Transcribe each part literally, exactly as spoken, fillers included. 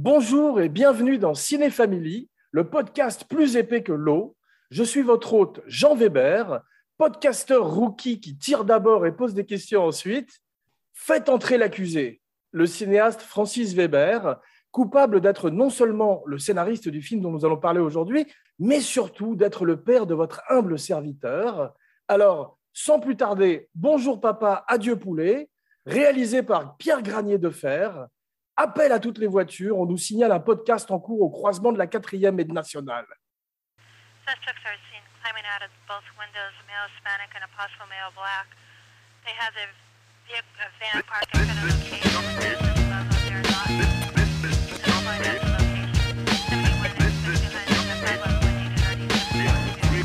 Bonjour et bienvenue dans Ciné Family, le podcast plus épais que l'eau. Je suis votre hôte Jean Weber, podcasteur rookie qui tire d'abord et pose des questions ensuite. Faites entrer l'accusé, le cinéaste Francis Weber, coupable d'être non seulement le scénariste du film dont nous allons parler aujourd'hui, mais surtout d'être le père de votre humble serviteur. Alors, sans plus tarder, Bonjour papa, adieu poulet, réalisé par Pierre Granier de Fer. Appel à toutes les voitures, on nous signale un podcast en cours au croisement de la quatrième et de Nationale. Suspects are seen climbing out of both windows, a male Hispanic and a possible male black. They have the vehicle, a van parked in front of the location. They are not. And point out the location. seventy-one is behind the sidewalk winning and already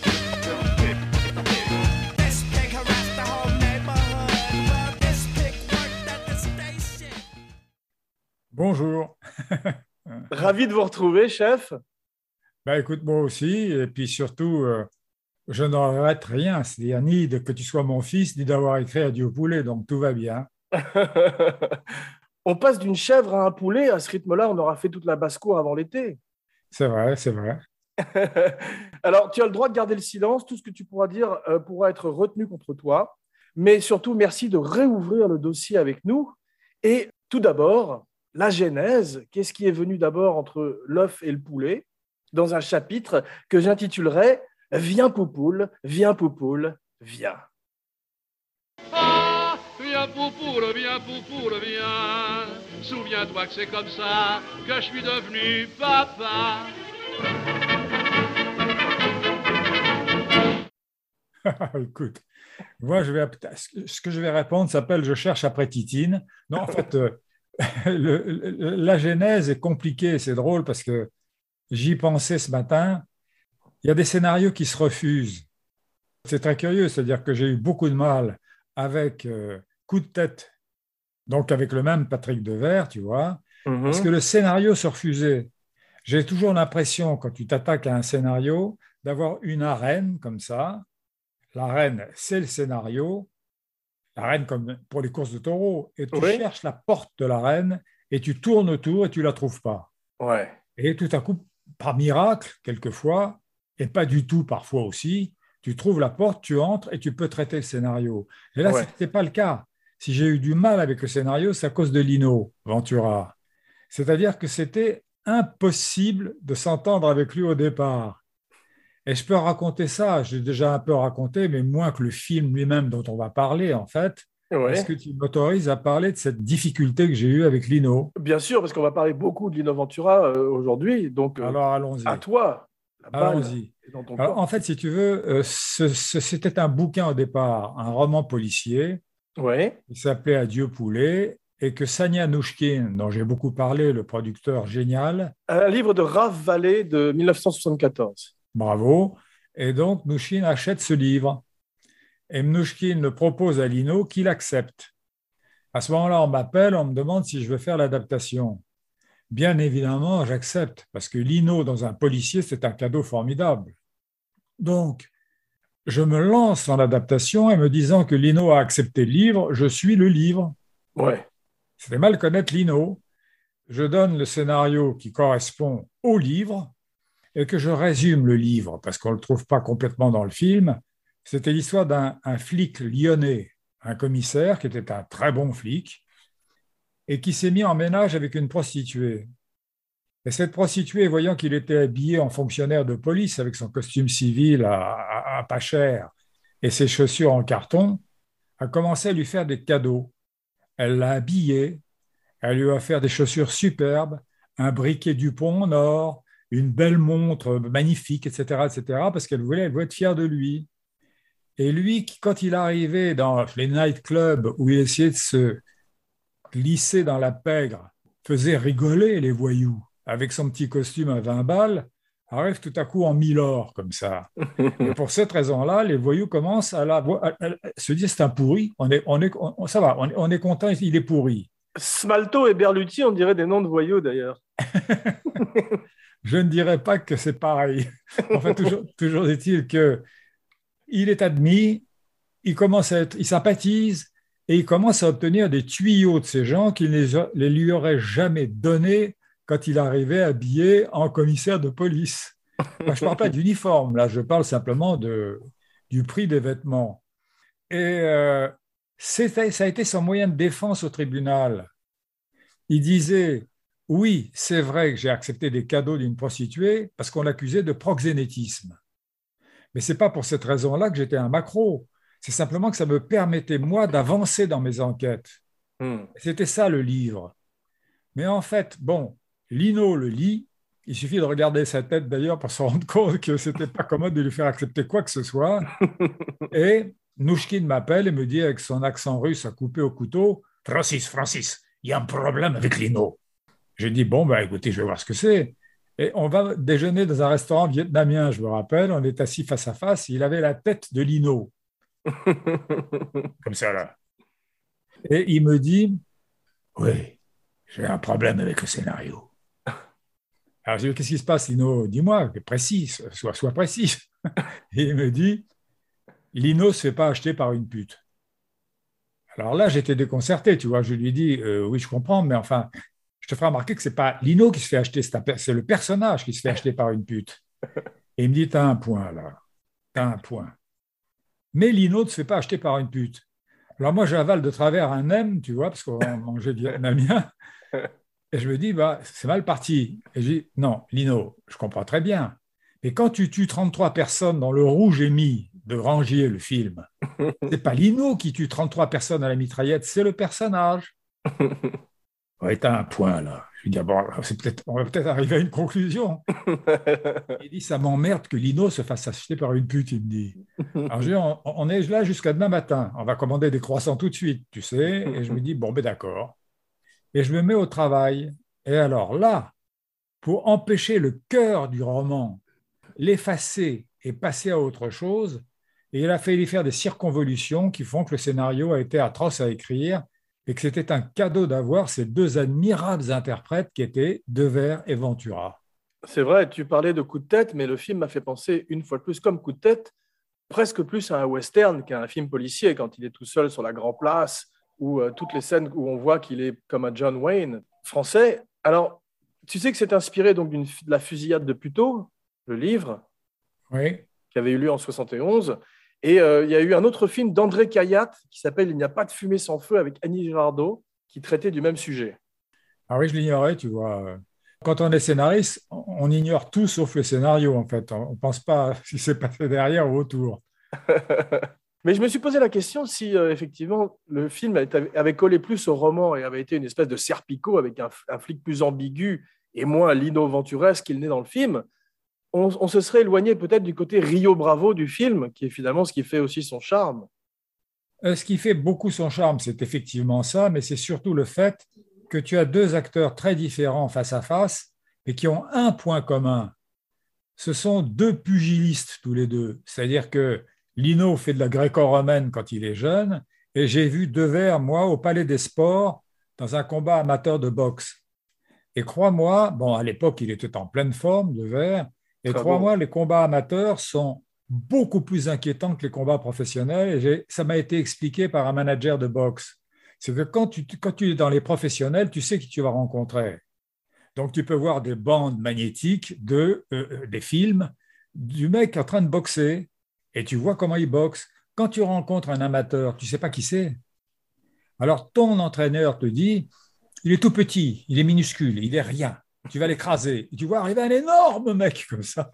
This pig harassed the whole neighborhood. Well, this pig worked at the station. Bonjour. Ravi de vous retrouver, chef. Ben, écoute, moi aussi, et puis surtout, euh, je ne regrette rien, c'est-à-dire ni de, que tu sois mon fils, ni d'avoir écrit Adieu au poulet, donc tout va bien. On passe d'une chèvre à un poulet, à ce rythme-là, on aura fait toute la basse-cour avant l'été. C'est vrai, c'est vrai. Alors, tu as le droit de garder le silence, tout ce que tu pourras dire euh, pourra être retenu contre toi, mais surtout, merci de réouvrir le dossier avec nous. Et tout d'abord, la genèse, qu'est-ce qui est venu d'abord entre l'œuf et le poulet, dans un chapitre que j'intitulerai « Viens Poupoule, viens Poupoule, viens ». Ah, viens Poupoule, viens Poupoule, viens. Souviens-toi que c'est comme ça que je suis devenu papa. Écoute, moi, je vais, ce que je vais répondre s'appelle « Je cherche après Titine ». Non, en fait, euh, le, le, la genèse est compliquée, c'est drôle parce que j'y pensais ce matin. Il y a des scénarios qui se refusent. C'est très curieux, c'est-à-dire que j'ai eu beaucoup de mal avec euh, Coup de tête, donc avec le même Patrick Devers, tu vois, Mm-hmm. parce que le scénario se refusait. J'ai toujours l'impression, quand tu t'attaques à un scénario, d'avoir une arène comme ça. L'arène, c'est le scénario. L'arène comme pour les courses de taureaux. Et tu Oui. cherches la porte de l'arène et tu tournes autour et tu ne la trouves pas. Ouais. Et tout à coup, par miracle, quelquefois, et pas du tout parfois aussi, tu trouves la porte, tu entres et tu peux traiter le scénario. Et là, Ouais. ce n'était pas le cas. Si j'ai eu du mal avec le scénario, c'est à cause de Lino Ventura. C'est-à-dire que c'était impossible de s'entendre avec lui au départ. Et je peux raconter ça, j'ai déjà un peu raconté, mais moins que le film lui-même dont on va parler, en fait. Ouais. Est-ce que tu m'autorises à parler de cette difficulté que j'ai eue avec Lino? Bien sûr, parce qu'on va parler beaucoup de Lino Ventura euh, aujourd'hui, donc euh, Alors, allons-y. à toi, la balle Allons-y. est dans ton Alors, camp. en fait, si tu veux, euh, ce- ce- c'était un bouquin au départ, un roman policier, Ouais. qui s'appelait Adieu poulet, et que Sania Nouchkine, dont j'ai beaucoup parlé, le producteur génial, Un livre de Raph Vallée de mille neuf cent soixante-quatorze. bravo, et donc Nouchkine achète ce livre. Et Mnouchkine le propose à Lino, qu'il accepte. À ce moment-là, on m'appelle, on me demande si je veux faire l'adaptation. Bien évidemment, j'accepte, parce que Lino, dans un policier, c'est un cadeau formidable. Donc, je me lance dans l'adaptation et me disant que Lino a accepté le livre, je suis le livre. Ouais. C'était mal connaître Lino. Je donne le scénario qui correspond au livre et que je résume le livre, parce qu'on ne le trouve pas complètement dans le film. C'était l'histoire d'un un flic lyonnais, un commissaire qui était un très bon flic et qui s'est mis en ménage avec une prostituée. Et cette prostituée, voyant qu'il était habillé en fonctionnaire de police avec son costume civil à, à- à pas cher et ses chaussures en carton, a commencé à lui faire des cadeaux. Elle l'a habillé, elle lui a offert des chaussures superbes, un briquet Dupont en or, une belle montre magnifique, et cetera, et cetera, parce qu'elle voulait, elle voulait être fière de lui. Et lui, quand il arrivait dans les nightclubs où il essayait de se glisser dans la pègre, faisait rigoler les voyous avec son petit costume à vingt balles, arrive tout à coup en mille-or, comme ça. Et pour cette raison-là, les voyous commencent à, la, à, à, à se dire c'est un pourri, on est, on est, on, ça va, on est, on est content, il est pourri. Smalto et Berluti, on dirait des noms de voyous d'ailleurs. Je ne dirais pas que c'est pareil. Enfin, toujours, toujours est-il qu'il est admis, il, commence à être, il sympathise et il commence à obtenir des tuyaux de ces gens qu'il ne les, les lui aurait jamais donnés quand il arrivait habillé en commissaire de police. Enfin, je ne parle pas d'uniforme, là, je parle simplement de, du prix des vêtements. Et euh, c'était, ça a été son moyen de défense au tribunal. Il disait, oui, c'est vrai que j'ai accepté des cadeaux d'une prostituée parce qu'on l'accusait de proxénétisme. Mais ce n'est pas pour cette raison-là que j'étais un maquereau. C'est simplement que ça me permettait, moi, d'avancer dans mes enquêtes. Hmm. C'était ça, le livre. Mais en fait, bon, Lino le lit. Il suffit de regarder sa tête, d'ailleurs, pour se rendre compte que ce n'était pas commode de lui faire accepter quoi que ce soit. Et Nouchkine m'appelle et me dit, avec son accent russe à couper au couteau, « Francis, Francis, il y a un problème avec Lino. » J'ai dit, bon, bah, écoutez, je vais voir ce que c'est. Et on va déjeuner dans un restaurant vietnamien, je me rappelle. On est assis face à face. Il avait la tête de Lino. Comme ça, là. Et il me dit, oui, j'ai un problème avec le scénario. Alors, je dis, qu'est-ce qui se passe, Lino? Dis-moi, précis, sois, sois précis. Et il me dit, Lino ne se fait pas acheter par une pute. Alors là, j'étais déconcerté, tu vois. Je lui dis, euh, oui, je comprends, mais enfin, je te ferai remarquer que ce n'est pas Lino qui se fait acheter, c'est le personnage qui se fait acheter par une pute. Et il me dit, tu as un point, là. Tu as un point. Mais Lino ne se fait pas acheter par une pute. Alors moi, j'avale de travers un M, tu vois, parce qu'on mangeait du vietnamien. Et je me dis, bah, c'est mal parti. Et je dis, non, Lino, je comprends très bien. Mais quand tu tues trente-trois personnes dans Le Rouge et Mis de Grangier, le film, c'est pas Lino qui tue trente-trois personnes à la mitraillette, c'est le personnage. Ouais, t'as un point, là. Je lui dis, ah, bon, c'est peut-être, on va peut-être arriver à une conclusion. Il dit, ça m'emmerde que Lino se fasse acheter par une pute, il me dit. Alors, je dis, on, on est là jusqu'à demain matin. On va commander des croissants tout de suite, tu sais. Et je me dis, bon, ben d'accord. Et je me mets au travail. Et alors là, pour empêcher le cœur du roman, l'effacer et passer à autre chose, et il a fallu faire des circonvolutions qui font que le scénario a été atroce à écrire et que c'était un cadeau d'avoir ces deux admirables interprètes qui étaient Devers et Ventura. C'est vrai, tu parlais de coup de tête, mais le film m'a fait penser une fois de plus comme coup de tête, presque plus à un western qu'à un film policier quand il est tout seul sur la Grand Place, ou euh, toutes les scènes où on voit qu'il est comme un John Wayne français. Alors, tu sais que c'est inspiré donc d'une, de la fusillade de Puteaux, le livre, oui, qui avait eu lieu en soixante et onze. Et euh, il y a eu un autre film d'André Cayatte qui s'appelle « Il n'y a pas de fumée sans feu » avec Annie Girardot, qui traitait du même sujet. Ah oui, je l'ignorais, tu vois. Quand on est scénariste, on ignore tout sauf le scénario, en fait. On ne pense pas à ce qui s'est passé derrière ou autour. Mais je me suis posé la question si, euh, effectivement, le film avait collé plus au roman et avait été une espèce de Serpico avec un, un flic plus ambigu et moins Lino Venturesque qu'il n'est dans le film. On, on se serait éloigné peut-être du côté Rio Bravo du film, qui est finalement ce qui fait aussi son charme. Euh, ce qui fait beaucoup son charme, c'est effectivement ça, mais c'est surtout le fait que tu as deux acteurs très différents face à face, mais qui ont un point commun. Ce sont deux pugilistes tous les deux. C'est-à-dire que Lino fait de la gréco-romaine quand il est jeune, et j'ai vu Devers, moi, au Palais des Sports, dans un combat amateur de boxe. Et crois-moi, bon, à l'époque, il était en pleine forme, Devers, et Très crois-moi, beau. les combats amateurs sont beaucoup plus inquiétants que les combats professionnels. Et j'ai, ça m'a été expliqué par un manager de boxe. C'est que quand tu, quand tu es dans les professionnels, tu sais qui tu vas rencontrer. Donc, tu peux voir des bandes magnétiques de, euh, des films du mec en train de boxer et tu vois comment il boxe. Quand tu rencontres un amateur, tu ne sais pas qui c'est. Alors, ton entraîneur te dit, il est tout petit, il est minuscule, il est rien. Tu vas l'écraser. Tu vois arriver un énorme mec comme ça.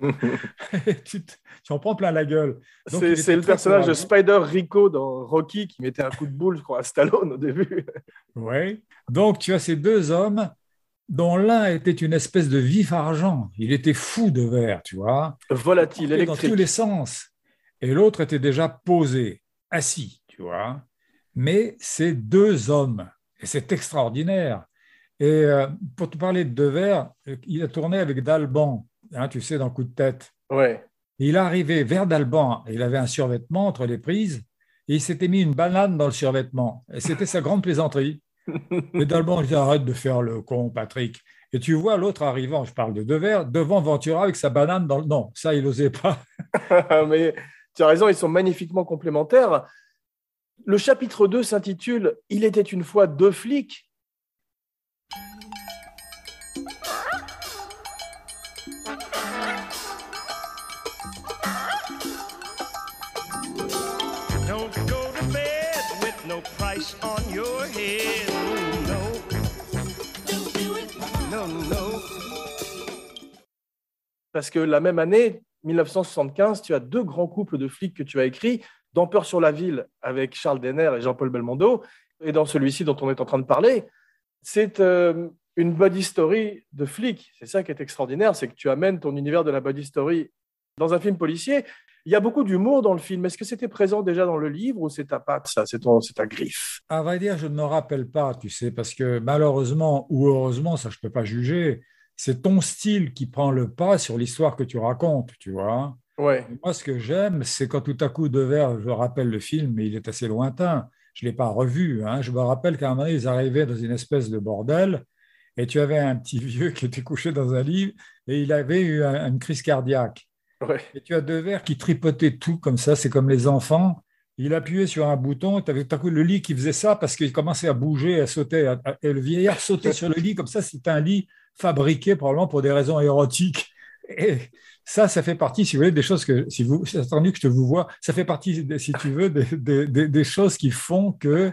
tu, tu en prends plein la gueule. Donc, c'est c'est le personnage courageux de Spider Rico dans Rocky qui mettait un coup de boule, je crois, à Stallone au début. Oui. Donc, tu as ces deux hommes dont l'un était une espèce de vif argent. Il était fou de verre, tu vois. Volatile, électrique. Dans tous les sens. Et l'autre était déjà posé, assis, tu vois. Mais c'est deux hommes. Et c'est extraordinaire. Et euh, pour te parler de Devers, il a tourné avec Dalban, hein, tu sais, dans Coup de tête. Ouais. Et il est arrivé vers Dalban, il avait un survêtement entre les prises, et il s'était mis une banane dans le survêtement. Et c'était sa grande plaisanterie. Et Dalban dit, arrête de faire le con, Patrick. Et tu vois l'autre arrivant, je parle de Devers, devant Ventura avec sa banane dans le... Non, ça, il n'osait pas. Mais tu as raison, ils sont magnifiquement complémentaires. Le chapitre deux s'intitule « Il était une fois deux flics ». parce que la même année, mille neuf cent soixante-quinze, tu as deux grands couples de flics que tu as écrits, dans Peur sur la ville avec Charles Denner et Jean-Paul Belmondo, et dans celui-ci dont on est en train de parler. C'est euh, une body story de flic. C'est ça qui est extraordinaire, c'est que tu amènes ton univers de la body story dans un film policier. Il y a beaucoup d'humour dans le film. Est-ce que c'était présent déjà dans le livre ou c'est ta patte, ça, c'est, ton, c'est ta griffe? À vrai dire, je ne me rappelle pas, tu sais, parce que malheureusement ou heureusement, ça je ne peux pas juger, c'est ton style qui prend le pas sur l'histoire que tu racontes, tu vois. Ouais. Moi, ce que j'aime, c'est quand tout à coup, Devers, je rappelle le film, mais il est assez lointain, je ne l'ai pas revu, hein. Je me rappelle qu'à un moment donné, ils arrivaient dans une espèce de bordel et tu avais un petit vieux qui était couché dans un lit et il avait eu un- une crise cardiaque. Ouais. Et tu as Devers qui tripotait tout comme ça, c'est comme les enfants. Il appuyait sur un bouton, tu avais tout à coup le lit qui faisait ça parce qu'il commençait à bouger, à sauter. à- à- Et le vieillard sautait sur le lit comme ça, c'était un lit fabriqué probablement pour des raisons érotiques. Et ça, ça fait partie, si vous voulez, des choses que, si vous, c'est attendu que je te vous vois, ça fait partie, de- si tu veux, des, des- des- des choses qui font que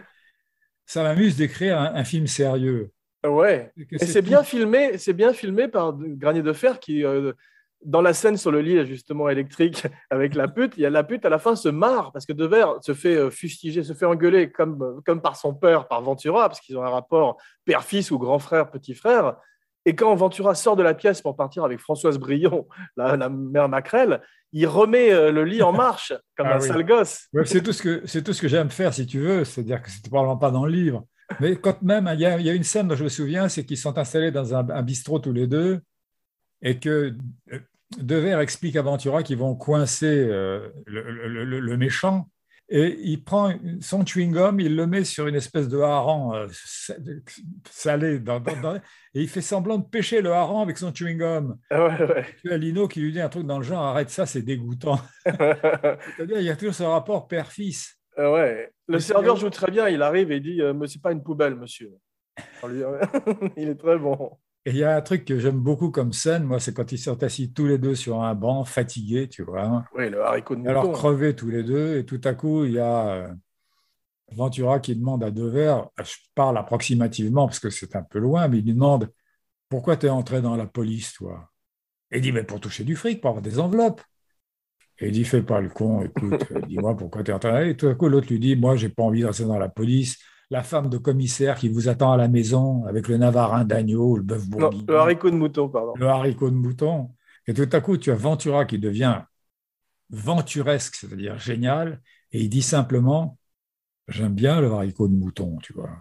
ça m'amuse d'écrire un, un film sérieux. Ouais. Que Et c'est c'est tout- bien filmé, c'est bien filmé par Granier de Fer qui, euh, dans la scène sur le lit justement électrique avec la pute, il y a la pute à la fin se marre parce que Devers se fait euh, fustiger, se fait engueuler comme, comme par son père, par Ventura, parce qu'ils ont un rapport père-fils ou grand frère, petit frère. Et quand Ventura sort de la pièce pour partir avec Françoise Brion, la, la mère Macrel, il remet euh, le lit en marche comme Ah un oui. sale gosse. Ouais, c'est tout ce que c'est tout ce que j'aime faire, si tu veux. C'est-à-dire que c'était probablement pas dans le livre, mais quand même, il y a, il y a une scène dont je me souviens, c'est qu'ils sont installés dans un, un bistrot tous les deux et que euh, Devers explique à Ventura qu'ils vont coincer euh, le, le- le- le méchant et il prend son chewing-gum, il le met sur une espèce de hareng euh, sa- salé dans- dans- dans- et il fait semblant de pêcher le hareng avec son chewing-gum. Ah ouais, ouais. Tu as Lino qui lui dit un truc dans le genre, arrête ça, c'est dégoûtant. C'est-à-dire, il y a toujours ce rapport père-fils. Ah ouais. Le Mais c'est- serveur joue très bien, il arrive et il dit euh, mais c'est pas une poubelle, monsieur. On lui- il est très bon. Et il y a un truc que j'aime beaucoup comme scène, moi, c'est quand ils sont assis tous les deux sur un banc, fatigués, tu vois. Oui, le haricot de Et alors mouton. crevés tous les deux, et tout à coup, il y a euh, Ventura qui demande à Devers, je parle approximativement parce que c'est un peu loin, mais il lui demande pourquoi tu es entré dans la police, toi? Et il dit, mais pour toucher du fric, pour avoir des enveloppes. Et il dit, fais pas le con, écoute, dis-moi pourquoi tu es entré là. Et tout à coup, l'autre lui dit, moi, j'ai pas envie de rester dans la police. La femme de commissaire qui vous attend à la maison avec le navarin d'agneau, le bœuf Non, bourguignon, le haricot de mouton, pardon. le haricot de mouton. Et tout à coup, tu as Ventura qui devient venturesque, c'est-à-dire génial, et il dit simplement, j'aime bien le haricot de mouton, tu vois.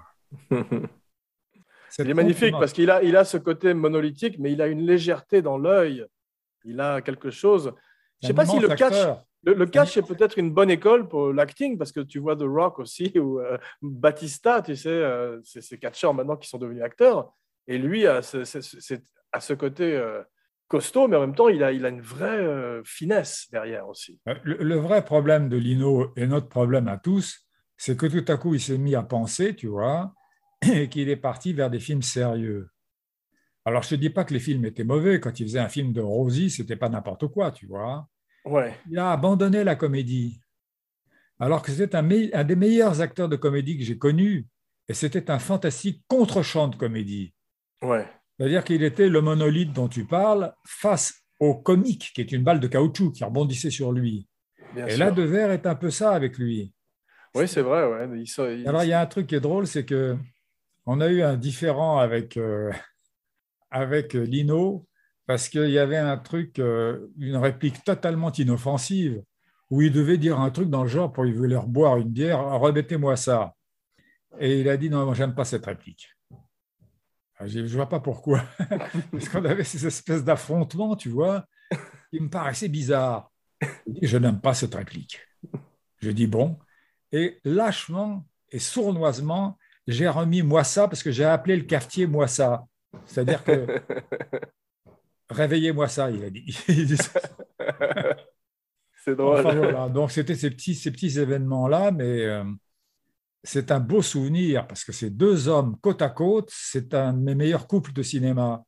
Il est magnifique parce qu'il a, il a ce côté monolithique, mais il a une légèreté dans l'œil. Il a quelque chose. Je ne sais pas si le catch, le, le catch est peut-être une bonne école pour l'acting parce que tu vois The Rock aussi ou euh, Batista, tu sais, euh, c'est ces catcheurs maintenant qui sont devenus acteurs. Et lui a ce, ce, ce, a ce côté euh, costaud, mais en même temps, il a, il a une vraie euh, finesse derrière aussi. Le, le vrai problème de Lino et notre problème à tous, c'est que tout à coup, il s'est mis à penser, tu vois, et qu'il est parti vers des films sérieux. Alors, je ne te dis pas que les films étaient mauvais. Quand il faisait un film de Rosie, ce n'était pas n'importe quoi, tu vois. Ouais. Il a abandonné la comédie, alors que c'était un, me- un des meilleurs acteurs de comédie que j'ai connu, et c'était un fantastique contre-champ de comédie. Ouais. C'est-à-dire qu'il était le monolithe dont tu parles face au comique, qui est une balle de caoutchouc qui rebondissait sur lui. Bien et sûr. là, Devers est un peu ça avec lui. Oui, c'est vrai. Ouais. Il, so- il- Alors, il y a un truc qui est drôle, c'est que on a eu un différend avec, euh, avec Lino, parce qu'il y avait un truc, euh, une réplique totalement inoffensive, où il devait dire un truc dans le genre, pour il voulait reboire une bière, remettez-moi ça. Et il a dit, non, moi, j'aime pas cette réplique. Alors, je ne vois pas pourquoi. Parce qu'on avait ces espèces d'affrontements, tu vois, qui me paraissaient bizarres. Il dit, je n'aime pas cette réplique. Je dis, bon. Et lâchement et sournoisement, j'ai remis moi ça parce que j'ai appelé le cafetier moi ça. C'est-à-dire que réveillez-moi ça, il a dit. Il dit ça. c'est drôle. Enfin, voilà. Donc c'était ces petits, ces petits événements-là, mais euh, c'est un beau souvenir parce que ces deux hommes côte à côte, c'est un de mes meilleurs couples de cinéma.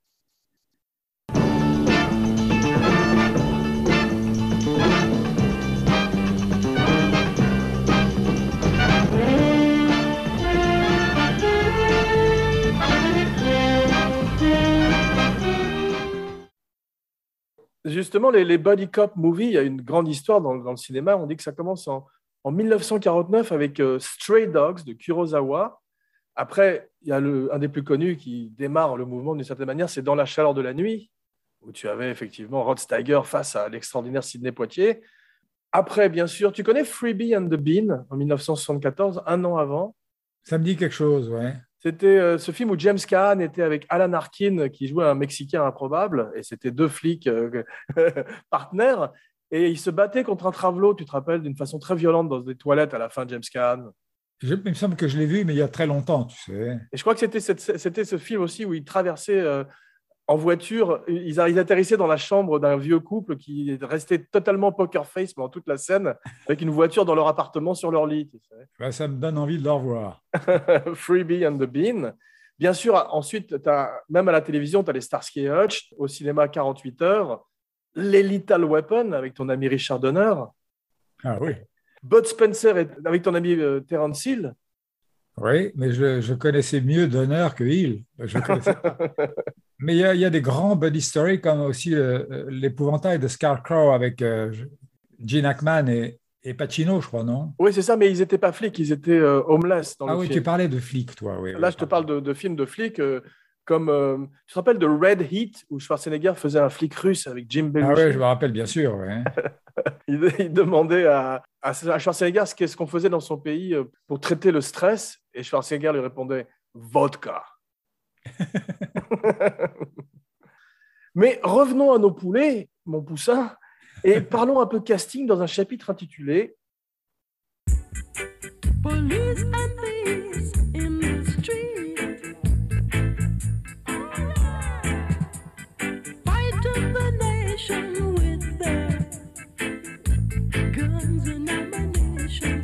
Justement, les, les Buddy Cop movies, il y a une grande histoire dans, dans le cinéma. On dit que ça commence en, en mille neuf cent quarante-neuf avec euh, Stray Dogs de Kurosawa. Après, il y a le, un des plus connus qui démarre le mouvement d'une certaine manière, c'est Dans la chaleur de la nuit, où tu avais effectivement Rod Steiger face à l'extraordinaire Sidney Poitier. Après, bien sûr, tu connais Freebie and the Bean en mille neuf cent soixante-quatorze, un an avant. Ça me dit quelque chose, ouais. C'était euh, ce film où James Caan était avec Alan Arkin qui jouait un Mexicain improbable et c'était deux flics euh, partenaires et ils se battaient contre un travelot, tu te rappelles, d'une façon très violente dans des toilettes à la fin, James Caan. Je, il me semble que je l'ai vu, mais il y a très longtemps, tu sais. Et je crois que c'était, cette, c'était ce film aussi où ils traversaient euh, en voiture, ils, ils atterrissaient dans la chambre d'un vieux couple qui restait totalement poker face pendant toute la scène avec une voiture dans leur appartement sur leur lit. Tu sais. Ben, ça me donne envie de le revoir. Freebie and the Bean. Bien sûr, ensuite, t'as, même à la télévision, tu as les Starsky et Hutch, au cinéma quarante-huit heures, les Lethal Weapon avec ton ami Richard Donner, Ah oui. Bud Spencer et- avec ton ami euh, Terence Hill. Oui, mais je, je connaissais mieux Donner que Hill. Je connaissais pas. Mais il y, a, il y a des grands buddy stories comme aussi euh, l'épouvantail de Scarecrow avec euh, Gene Hackman et, et Pacino, je crois, non? Oui, c'est ça, mais ils n'étaient pas flics, ils étaient euh, homeless dans Ah le oui, film. tu parlais de flic, toi. Oui, Là, oui, je te parle de, de films de flics euh, comme. euh, tu te rappelles de Red Heat, où Schwarzenegger faisait un flic russe avec Jim Ah Belushi. oui, je me rappelle, bien sûr. Ouais. il, il demandait à, à à Schwarzenegger ce qu'est-ce qu'on faisait dans son pays euh, pour traiter le stress, et Schwarzenegger lui répondait vodka. Mais revenons à nos poulets, mon poussin, et parlons un peu casting dans un chapitre intitulé Police and thieves in the street, fighting the nation with their guns and ammunition.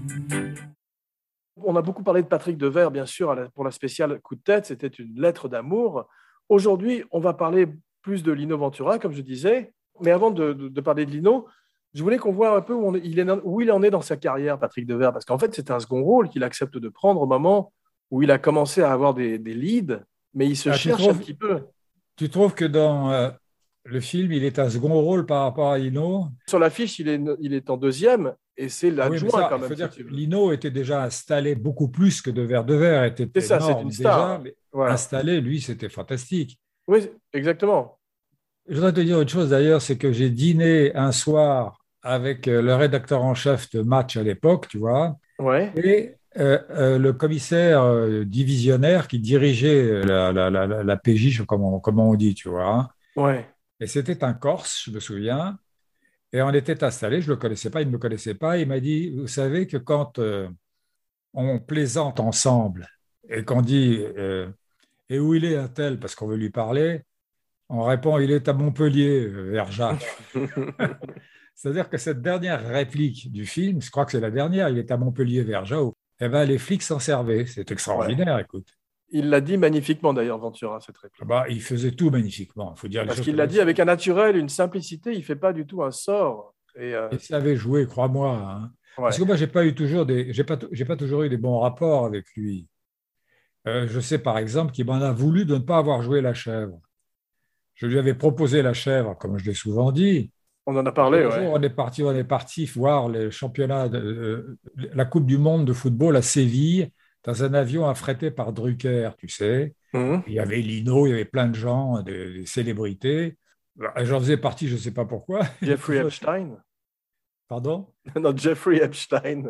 On a beaucoup parlé de Patrick Devers, bien sûr, à la- pour la spéciale Coup de tête, c'était une lettre d'amour. Aujourd'hui, on va parler plus de Lino Ventura, comme je disais. Mais avant de, de- de parler de Lino, je voulais qu'on voit un peu où, on est- il est, où il en est dans sa carrière, Patrick Devers, parce qu'en fait, c'est un second rôle qu'il accepte de prendre au moment où il a commencé à avoir des, des leads, mais il se Ah, tu cherche trouves- un petit peu. Tu trouves que dans euh, le film, il est un second rôle par rapport à Lino? Sur l'affiche, il est, il est en deuxième, et c'est Oui, mais l'adjoint ça, quand il même. faut dire si que tu veux. Lino était déjà installé beaucoup plus que Devers. Devers était C'est ça, c'est énorme une star. déjà, mais Voilà. installé, lui, c'était fantastique. Oui, exactement. Je voudrais te dire une chose d'ailleurs, c'est que j'ai dîné un soir avec euh, le rédacteur en chef de Match à l'époque, tu vois, Ouais. et euh, euh, le commissaire euh, divisionnaire qui dirigeait la, la, la, la- la P J, je sais pas comment, comment on dit, tu vois. Ouais. Et c'était un Corse, je me souviens, et on était installés, je ne le connaissais pas, il ne me connaissait pas, il m'a dit, vous savez que quand euh, on plaisante ensemble et qu'on dit euh, et où il est un tel parce qu'on veut lui parler, on répond il est à Montpellier, euh, Verja. C'est-à-dire que cette dernière réplique du film, je crois que c'est la dernière, il est à Montpellier, Verja, eh ben, les flics s'en servaient. C'est extraordinaire, écoute. Il l'a dit magnifiquement d'ailleurs, Ventura, cette réplique. Ah bah, il faisait tout magnifiquement, il faut dire les Parce choses qu'il comme l'a elles dit sont. avec un naturel, une simplicité, il ne fait pas du tout un sort. Et, euh, Il savait jouer, crois-moi. Hein. ouais. Parce que moi, j'ai pas eu toujours des, j'ai pas, j'ai pas toujours eu des bons rapports avec lui. Euh, je sais par exemple qu'il m'en a voulu de ne pas avoir joué la chèvre. Je lui avais proposé la chèvre, comme je l'ai souvent dit. On en a parlé, Un ouais. jour, on est parti, on est parti voir les championnats, de, euh, la Coupe du Monde de football à Séville, dans un avion affrété par Drucker, tu sais. Mhm. Il y avait Lino, il y avait plein de gens, des, des célébrités. J'en faisais partie, je ne sais pas pourquoi. Jeffrey Epstein. Pardon? Non, Jeffrey Epstein.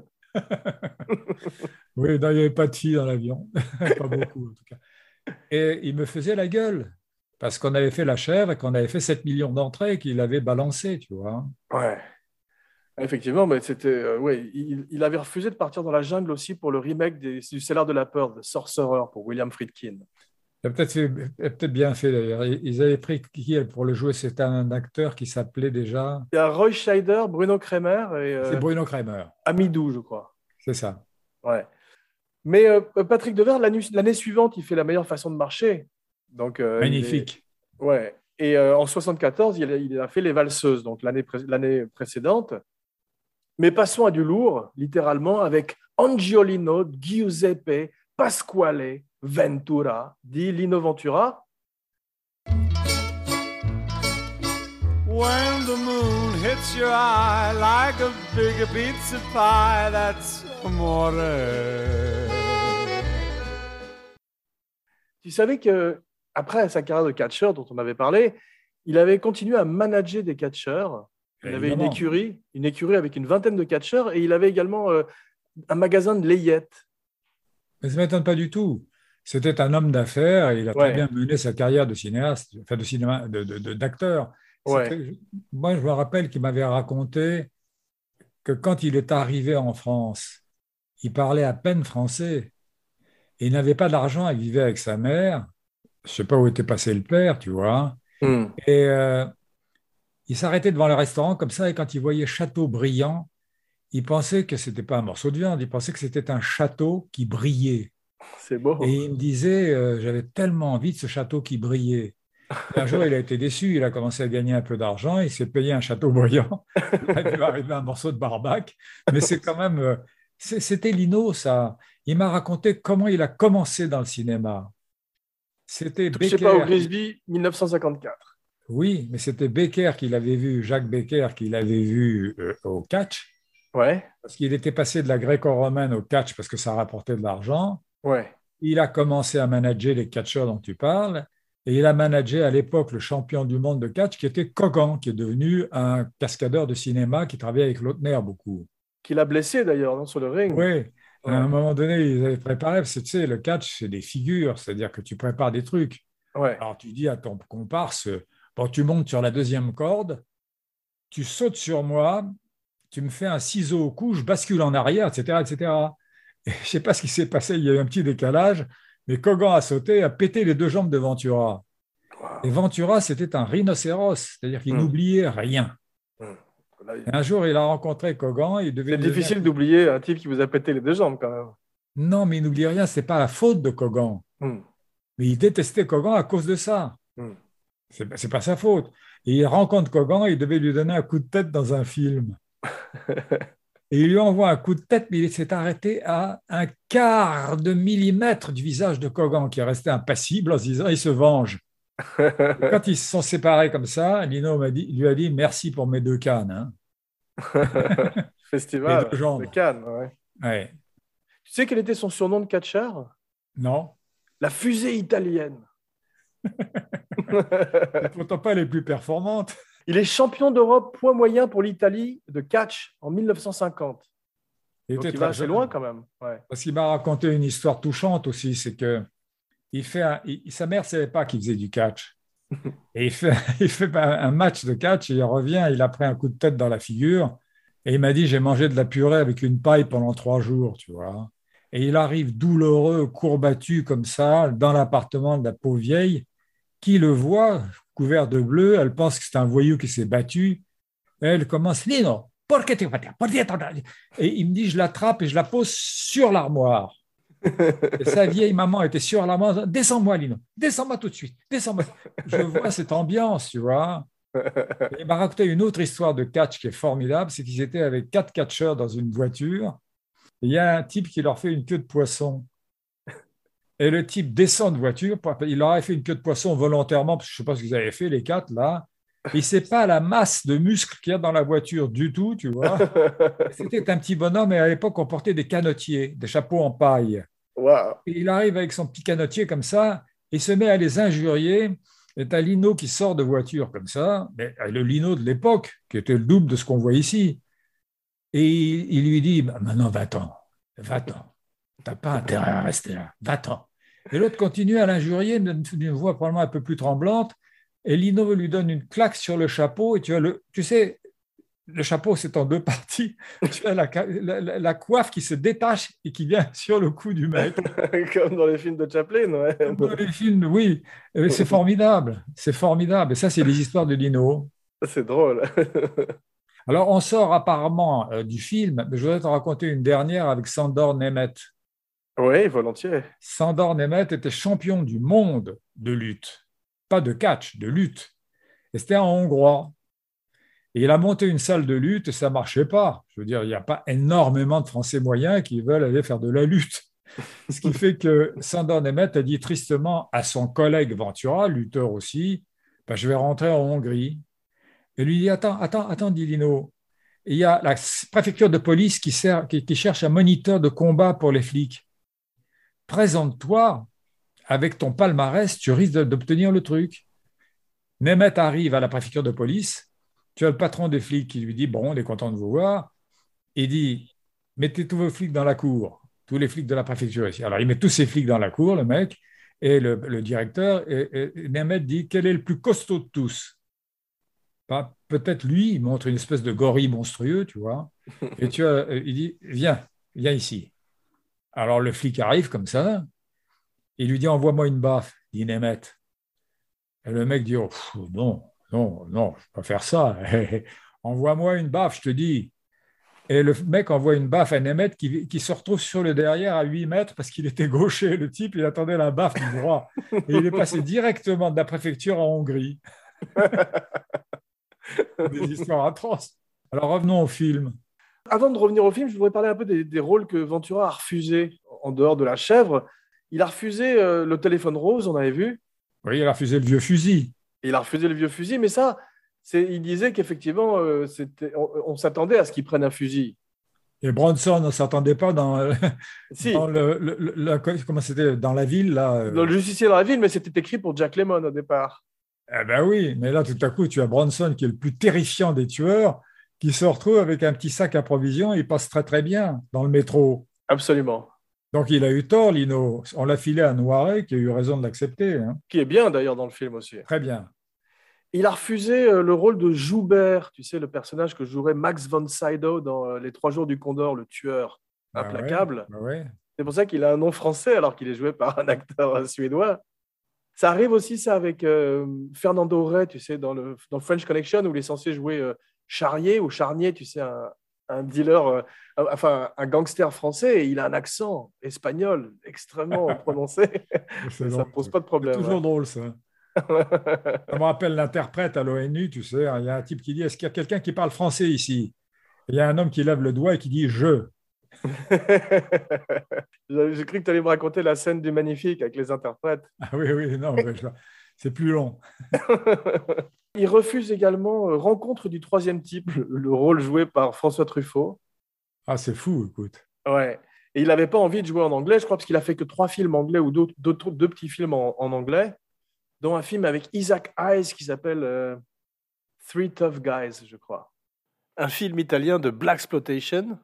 Oui, non, il n'y avait pas de filles dans l'avion. Pas beaucoup, en tout cas. Et il me faisait la gueule, parce qu'on avait fait la chèvre et qu'on avait fait sept millions d'entrées qu'il avait balancé, tu vois. Ouais. Effectivement, mais c'était, euh, ouais, il, il avait refusé de partir dans la jungle aussi pour le remake des, du Cellar de la peur, de Sorcerer, pour William Friedkin. Il a peut-être fait- il a peut-être bien fait d'ailleurs. Ils avaient pris qui pour le jouer? C'était un acteur qui s'appelait déjà. Il y a Roy Scheider, Bruno Kremer et euh, C'est Bruno Kramer, Amidou, je crois. c'est ça. Ouais. Mais euh, Patrick Devers, l'année, l'année suivante, il fait La meilleure façon de marcher. Donc, euh, Magnifique. il est- ouais. Et euh, en soixante-quatorze, il a, il a fait Les Valseuses, donc l'année, pré- l'année précédente. Mais passons à du lourd, littéralement, avec Angiolino, Giuseppe, Pasquale, Ventura, dit Lino Ventura. When the moon hits your eye like a big pizza pie, that's amore. Tu savais que après sa carrière de catcheur dont on avait parlé, il avait continué à manager des catcheurs. Il avait une Évidemment. écurie, une écurie avec une vingtaine de catcheurs et il avait également euh, un magasin de layettes. Mais ça ne m'étonne pas du tout. C'était un homme d'affaires et il a Ouais. très bien mené sa carrière de cinéaste, enfin de cinéma, de, de- de- d'acteur. Ouais. C'était- Moi, je me rappelle qu'il m'avait raconté que quand il est arrivé en France, il parlait à peine français et il n'avait pas d'argent, il vivait avec sa mère. Je ne sais pas où était passé le père, tu vois. Hmm. Et euh, il s'arrêtait devant le restaurant comme ça et quand il voyait Chateaubriand, il pensait que ce n'était pas un morceau de viande, il pensait que c'était un château qui brillait. C'est beau. Et il me disait, euh, j'avais tellement envie de ce château qui brillait. Et un jour, il a été déçu, il a commencé à gagner un peu d'argent, il s'est payé un château brillant, il a vu arriver un morceau de barbac, mais c'est quand même, euh, c'est- c'était Lino, ça. Il m'a raconté comment il a commencé dans le cinéma. C'était Je sais pas, au Becker, Grisby, mille neuf cent cinquante-quatre. oui, mais c'était Becker qu'il avait vu, Jacques Becker qu'il avait vu euh, au catch, Ouais, parce qu'il était passé de la gréco-romaine au catch parce que ça rapportait de l'argent. ouais. Il a commencé à manager les catcheurs dont tu parles et il a managé à l'époque le champion du monde de catch qui était Kogan, qui est devenu un cascadeur de cinéma qui travaillait avec Lautner beaucoup. Qu'il a blessé d'ailleurs, non, sur le ring. Oui, à Ouais. un moment donné, ils avaient préparé, parce que tu sais, le catch, c'est des figures, c'est-à-dire que tu prépares des trucs. Ouais. Alors tu dis à ton comparse, bon, tu montes sur la deuxième corde, tu sautes sur moi, tu me fais un ciseau au cou, je bascule en arrière, et cetera, et cetera. Et je ne sais pas ce qui s'est passé, il y a eu un petit décalage, mais Kogan a sauté, a pété les deux jambes de Ventura. Et Ventura, c'était un rhinocéros, c'est-à-dire qu'il Hmm. n'oubliait rien. Là, Et un jour, il a rencontré Kogan, il devait c'est lui donner difficile un coup- d'oublier un type qui vous a pété les deux jambes quand même. Non, mais il n'oublie rien, ce n'est pas la faute de Kogan. Hmm. Mais il détestait Kogan à cause de ça. Hmm. Ce n'est pas sa faute. Et il rencontre Kogan, il devait lui donner un coup de tête dans un film. Et il lui envoie un coup de tête, mais il s'est arrêté à un quart de millimètre du visage de Kogan, qui est resté impassible en se disant il se venge. Et quand ils se sont séparés comme ça, Lino m'a dit, lui a dit merci pour mes deux cannes. Hein. Festival Les deux jambes. de Cannes. Ouais. Ouais. Tu sais quel était son surnom de catcheur? Non, La fusée italienne. c'est pourtant pas les plus performantes. Il est champion d'Europe poids moyen pour l'Italie de catch en mille neuf cent cinquante. Il Donc était il va très assez jeune. loin quand même. Ouais. Parce qu'il m'a raconté une histoire touchante aussi, c'est que il fait un- il- sa mère ne savait pas qu'il faisait du catch. Et il fait, il fait un un match de catch et il revient, il a pris un coup de tête dans la figure et il m'a dit j'ai mangé de la purée avec une paille pendant trois jours, tu vois. Et il arrive douloureux, courbattu comme ça, dans l'appartement de la pauvre vieille, qui le voit, couvert de bleu, elle pense que c'est un voyou qui s'est battu. Et elle commence, Lino, pourquoi tu fais ça? Et il me dit, je l'attrape et je la pose sur l'armoire. Et sa vieille maman était sur l'armoire, descends-moi, Lino, descends-moi tout de suite, descends-moi. Je vois cette ambiance, tu vois. Et il m'a raconté une autre histoire de catch qui est formidable, c'est qu'ils étaient avec quatre catcheurs dans une voiture. Et il y a un type qui leur fait une queue de poisson. Et le type descend de voiture, il leur a fait une queue de poisson volontairement, parce que je ne sais pas ce qu'ils avaient fait, les quatre, là. Et ce n'est pas la masse de muscles qu'il y a dans la voiture du tout, tu vois. C'était un petit bonhomme, et à l'époque, on portait des canotiers, des chapeaux en paille. Waouh. Et il arrive avec son petit canotier comme ça, et se met à les injurier. Et tu as Lino qui sort de voiture comme ça, mais le Lino de l'époque, qui était le double de ce qu'on voit ici. Et il, il lui dit, bah, maintenant, va-t'en, va-t'en. Tu n'as pas intérêt à rester là, va-t'en. Et l'autre continue à l'injurier d'une d'une voix probablement un peu plus tremblante. Et Lino lui donne une claque sur le chapeau. Et tu, as le, tu sais, le chapeau, c'est en deux parties. Tu as la, la, la coiffe qui se détache et qui vient sur le cou du mec. Comme dans les films de Chaplin, ouais. Comme dans les films, oui. Et c'est formidable. C'est formidable. Et ça, c'est les histoires de Lino. C'est drôle. Alors, on sort apparemment euh, du film, mais je voudrais te raconter une dernière avec Sandor Nemeth. Oui, volontiers. Sandor Nemeth était champion du monde de lutte, pas de catch, de lutte. Et c'était un Hongrois. Et il a monté une salle de lutte et ça ne marchait pas. Je veux dire, il n'y a pas énormément de Français moyens qui veulent aller faire de la lutte. Ce qui fait que Sandor Nemeth a dit tristement à son collègue Ventura, lutteur aussi, ben, je vais rentrer en Hongrie. Et lui dit, attends, attends, attends, dit Lino. Et il y a la préfecture de police qui, sert, qui, qui cherche un moniteur de combat pour les flics. Présente-toi, avec ton palmarès, tu risques d'obtenir le truc. Nemeth arrive à la préfecture de police, tu as le patron des flics qui lui dit, bon, on est content de vous voir. Il dit, mettez tous vos flics dans la cour, tous les flics de la préfecture ici. Alors, il met tous ses flics dans la cour, le mec, et le, le directeur, et, et Nemeth dit, quel est le plus costaud de tous? Bah, peut-être lui, il montre une espèce de gorille monstrueux, tu vois, et tu as, il dit, viens, viens ici. Alors, le flic arrive comme ça, il lui dit, envoie-moi une baffe, dit Nemeth. Et le mec dit, oh, pff, non, non, non, je ne peux pas faire ça. Envoie-moi une baffe, je te dis. Et le mec envoie une baffe à Nemeth qui, qui se retrouve sur le derrière à huit mètres parce qu'il était gaucher. Le type, il attendait la baffe du droit. Et il est passé directement de la préfecture en Hongrie. Des histoires atroces. Alors revenons au film. Avant de revenir au film, je voudrais parler un peu des, des rôles que Ventura a refusés en dehors de La Chèvre. Il a refusé euh, le téléphone rose, on avait vu. Oui, il a refusé le vieux fusil. Et il a refusé le vieux fusil, mais ça, c'est, il disait qu'effectivement, euh, c'était, on, on s'attendait à ce qu'il prenne un fusil. Et Bronson, on ne s'attendait pas dans, Si, dans, le, le, le- la, comment c'était, dans la ville. Là, euh. le justicier dans la ville, mais c'était écrit pour Jack Lemmon au départ. Eh ben oui, mais là, tout à coup, tu as Bronson qui est le plus terrifiant des tueurs, qui se retrouve avec un petit sac à provisions et il passe très très bien dans le métro. Absolument. Donc il a eu tort, Lino. On l'a filé à Noiret, qui a eu raison de l'accepter. Hein. Qui est bien d'ailleurs dans le film aussi. Très bien. Il a refusé euh, le rôle de Joubert, tu sais, le personnage que jouerait Max von Sydow dans euh, Les Trois Jours du Condor, le tueur Bah implacable. ouais, bah ouais. C'est pour ça qu'il a un nom français alors qu'il est joué par un acteur euh, suédois. Ça arrive aussi, ça, avec euh, Fernando Rey, tu sais, dans le, dans French Connection, où il est censé jouer euh, Charrier ou Charnier, tu sais, un, un dealer, euh, enfin, un gangster français, et il a un accent espagnol extrêmement prononcé. C'est Mais ça drôle. ne pose pas de C'est problème. toujours ouais. drôle, ça. Ça me rappelle l'interprète à l'ONU, tu sais. Il y a un type qui dit, est-ce qu'il y a quelqu'un qui parle français ici? Il y a un homme qui lève le doigt et qui dit, je. J'ai j'ai cru que tu allais me raconter la scène du Magnifique avec les interprètes. Ah oui, oui, non, mais je- c'est plus long. Il refuse également euh, Rencontre du troisième type, le, le rôle joué par François Truffaut. Ah, c'est fou, écoute. Ouais. Et il n'avait pas envie de jouer en anglais, je crois, parce qu'il a fait que trois films anglais ou d'autres, d'autres- deux petits films en, en anglais, dont un film avec Isaac Hayes qui s'appelle euh, Three Tough Guys, je crois. Un film italien de Blaxploitation.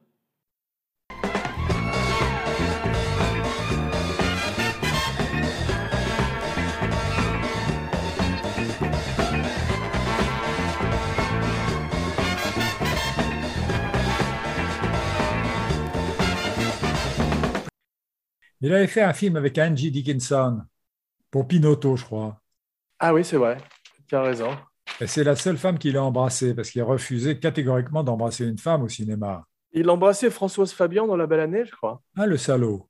Il avait fait un film avec Angie Dickinson pour Pinocchio, je crois. Ah oui, c'est vrai, tu as raison. Et c'est la seule femme qu'il a embrassée parce qu'il a refusé catégoriquement d'embrasser une femme au cinéma. Il embrassait Françoise Fabian dans La Belle Année, je crois. Ah, le salaud.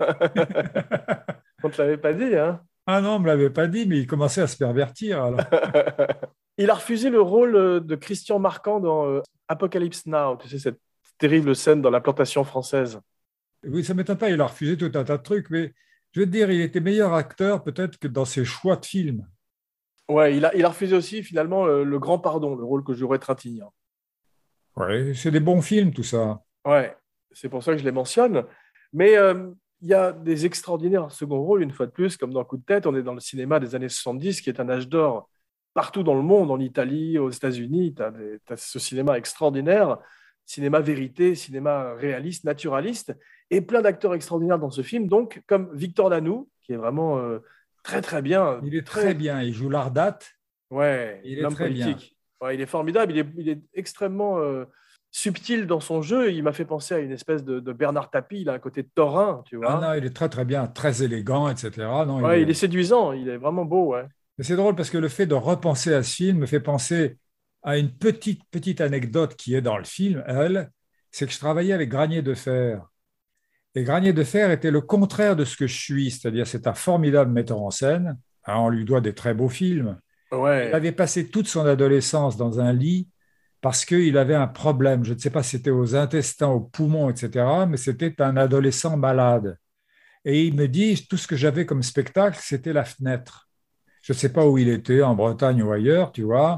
On ne te l'avait pas dit, hein. Ah non, on ne me l'avait pas dit, mais il commençait à se pervertir. Alors. Il a refusé le rôle euh, de Christian Marquand dans euh, Apocalypse Now, tu sais, cette terrible scène dans la plantation française. Oui, ça ne m'étonne pas, il a refusé tout un tas de trucs, mais je veux te dire, il était meilleur acteur peut-être que dans ses choix de films. Ouais, il a, il a refusé aussi finalement le, le Grand Pardon, le rôle que jouerait Trintignant. Ouais, c'est des bons films, tout ça. Ouais, c'est pour ça que je les mentionne. Mais euh, il y a des extraordinaires second rôles, une fois de plus, comme dans Coup de tête. On est dans le cinéma des années soixante-dix, qui est un âge d'or partout dans le monde, en Italie, aux États-Unis. Tu as ce cinéma extraordinaire, cinéma vérité, cinéma réaliste, naturaliste, et plein d'acteurs extraordinaires dans ce film, donc comme Victor Lanoux, qui est vraiment euh, très très bien. Il est très bien, il joue l'Ardate. Ouais, Il est l'homme très politique. Ouais, il est formidable, il est, il est extrêmement euh, subtil dans son jeu. Il m'a fait penser à une espèce de, de Bernard Tapie, il a un côté taurin, tu vois. Ah non, il est très très bien, très élégant, et cetera. Non, Ouais, il est... il est séduisant, il est vraiment beau, ouais. Mais c'est drôle parce que le fait de repenser à ce film me fait penser à une petite, petite anecdote qui est dans le film, elle, c'est que je travaillais avec Granier de Fer. Et Granier de Fer était le contraire de ce que je suis, c'est-à-dire c'est un formidable metteur en scène, hein, on lui doit des très beaux films. Ouais. Il avait passé toute son adolescence dans un lit parce qu'il avait un problème, je ne sais pas si c'était aux intestins, aux poumons, et cetera, mais c'était un adolescent malade. Et il me dit, tout ce que j'avais comme spectacle, c'était La Fenêtre. Je ne sais pas où il était, en Bretagne ou ailleurs, tu vois.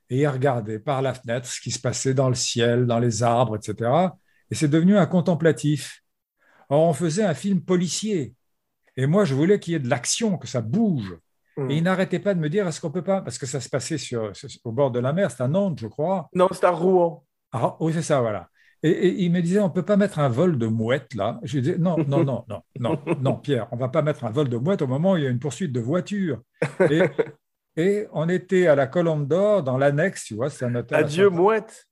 et il regardait par la fenêtre ce qui se passait dans le ciel, dans les arbres, et cetera. Et c'est devenu un contemplatif. Or, on faisait un film policier. Et moi, je voulais qu'il y ait de l'action, que ça bouge. Hmm. Et il n'arrêtait pas de me dire, est-ce qu'on peut pas, parce que ça se passait sur, au bord de la mer, c'est à Nantes, je crois. Non, c'est à Rouen. Ah, oui, c'est ça, voilà. Et, et il me disait, on ne peut pas mettre un vol de mouette là. Je lui disais, non, non, non, non, non, non, Pierre, on ne va pas mettre un vol de mouette au moment où il y a une poursuite de voiture. Et, et on était à la Colombe d'Or, dans l'annexe, tu vois, c'est un hôtel. Adieu, mouette.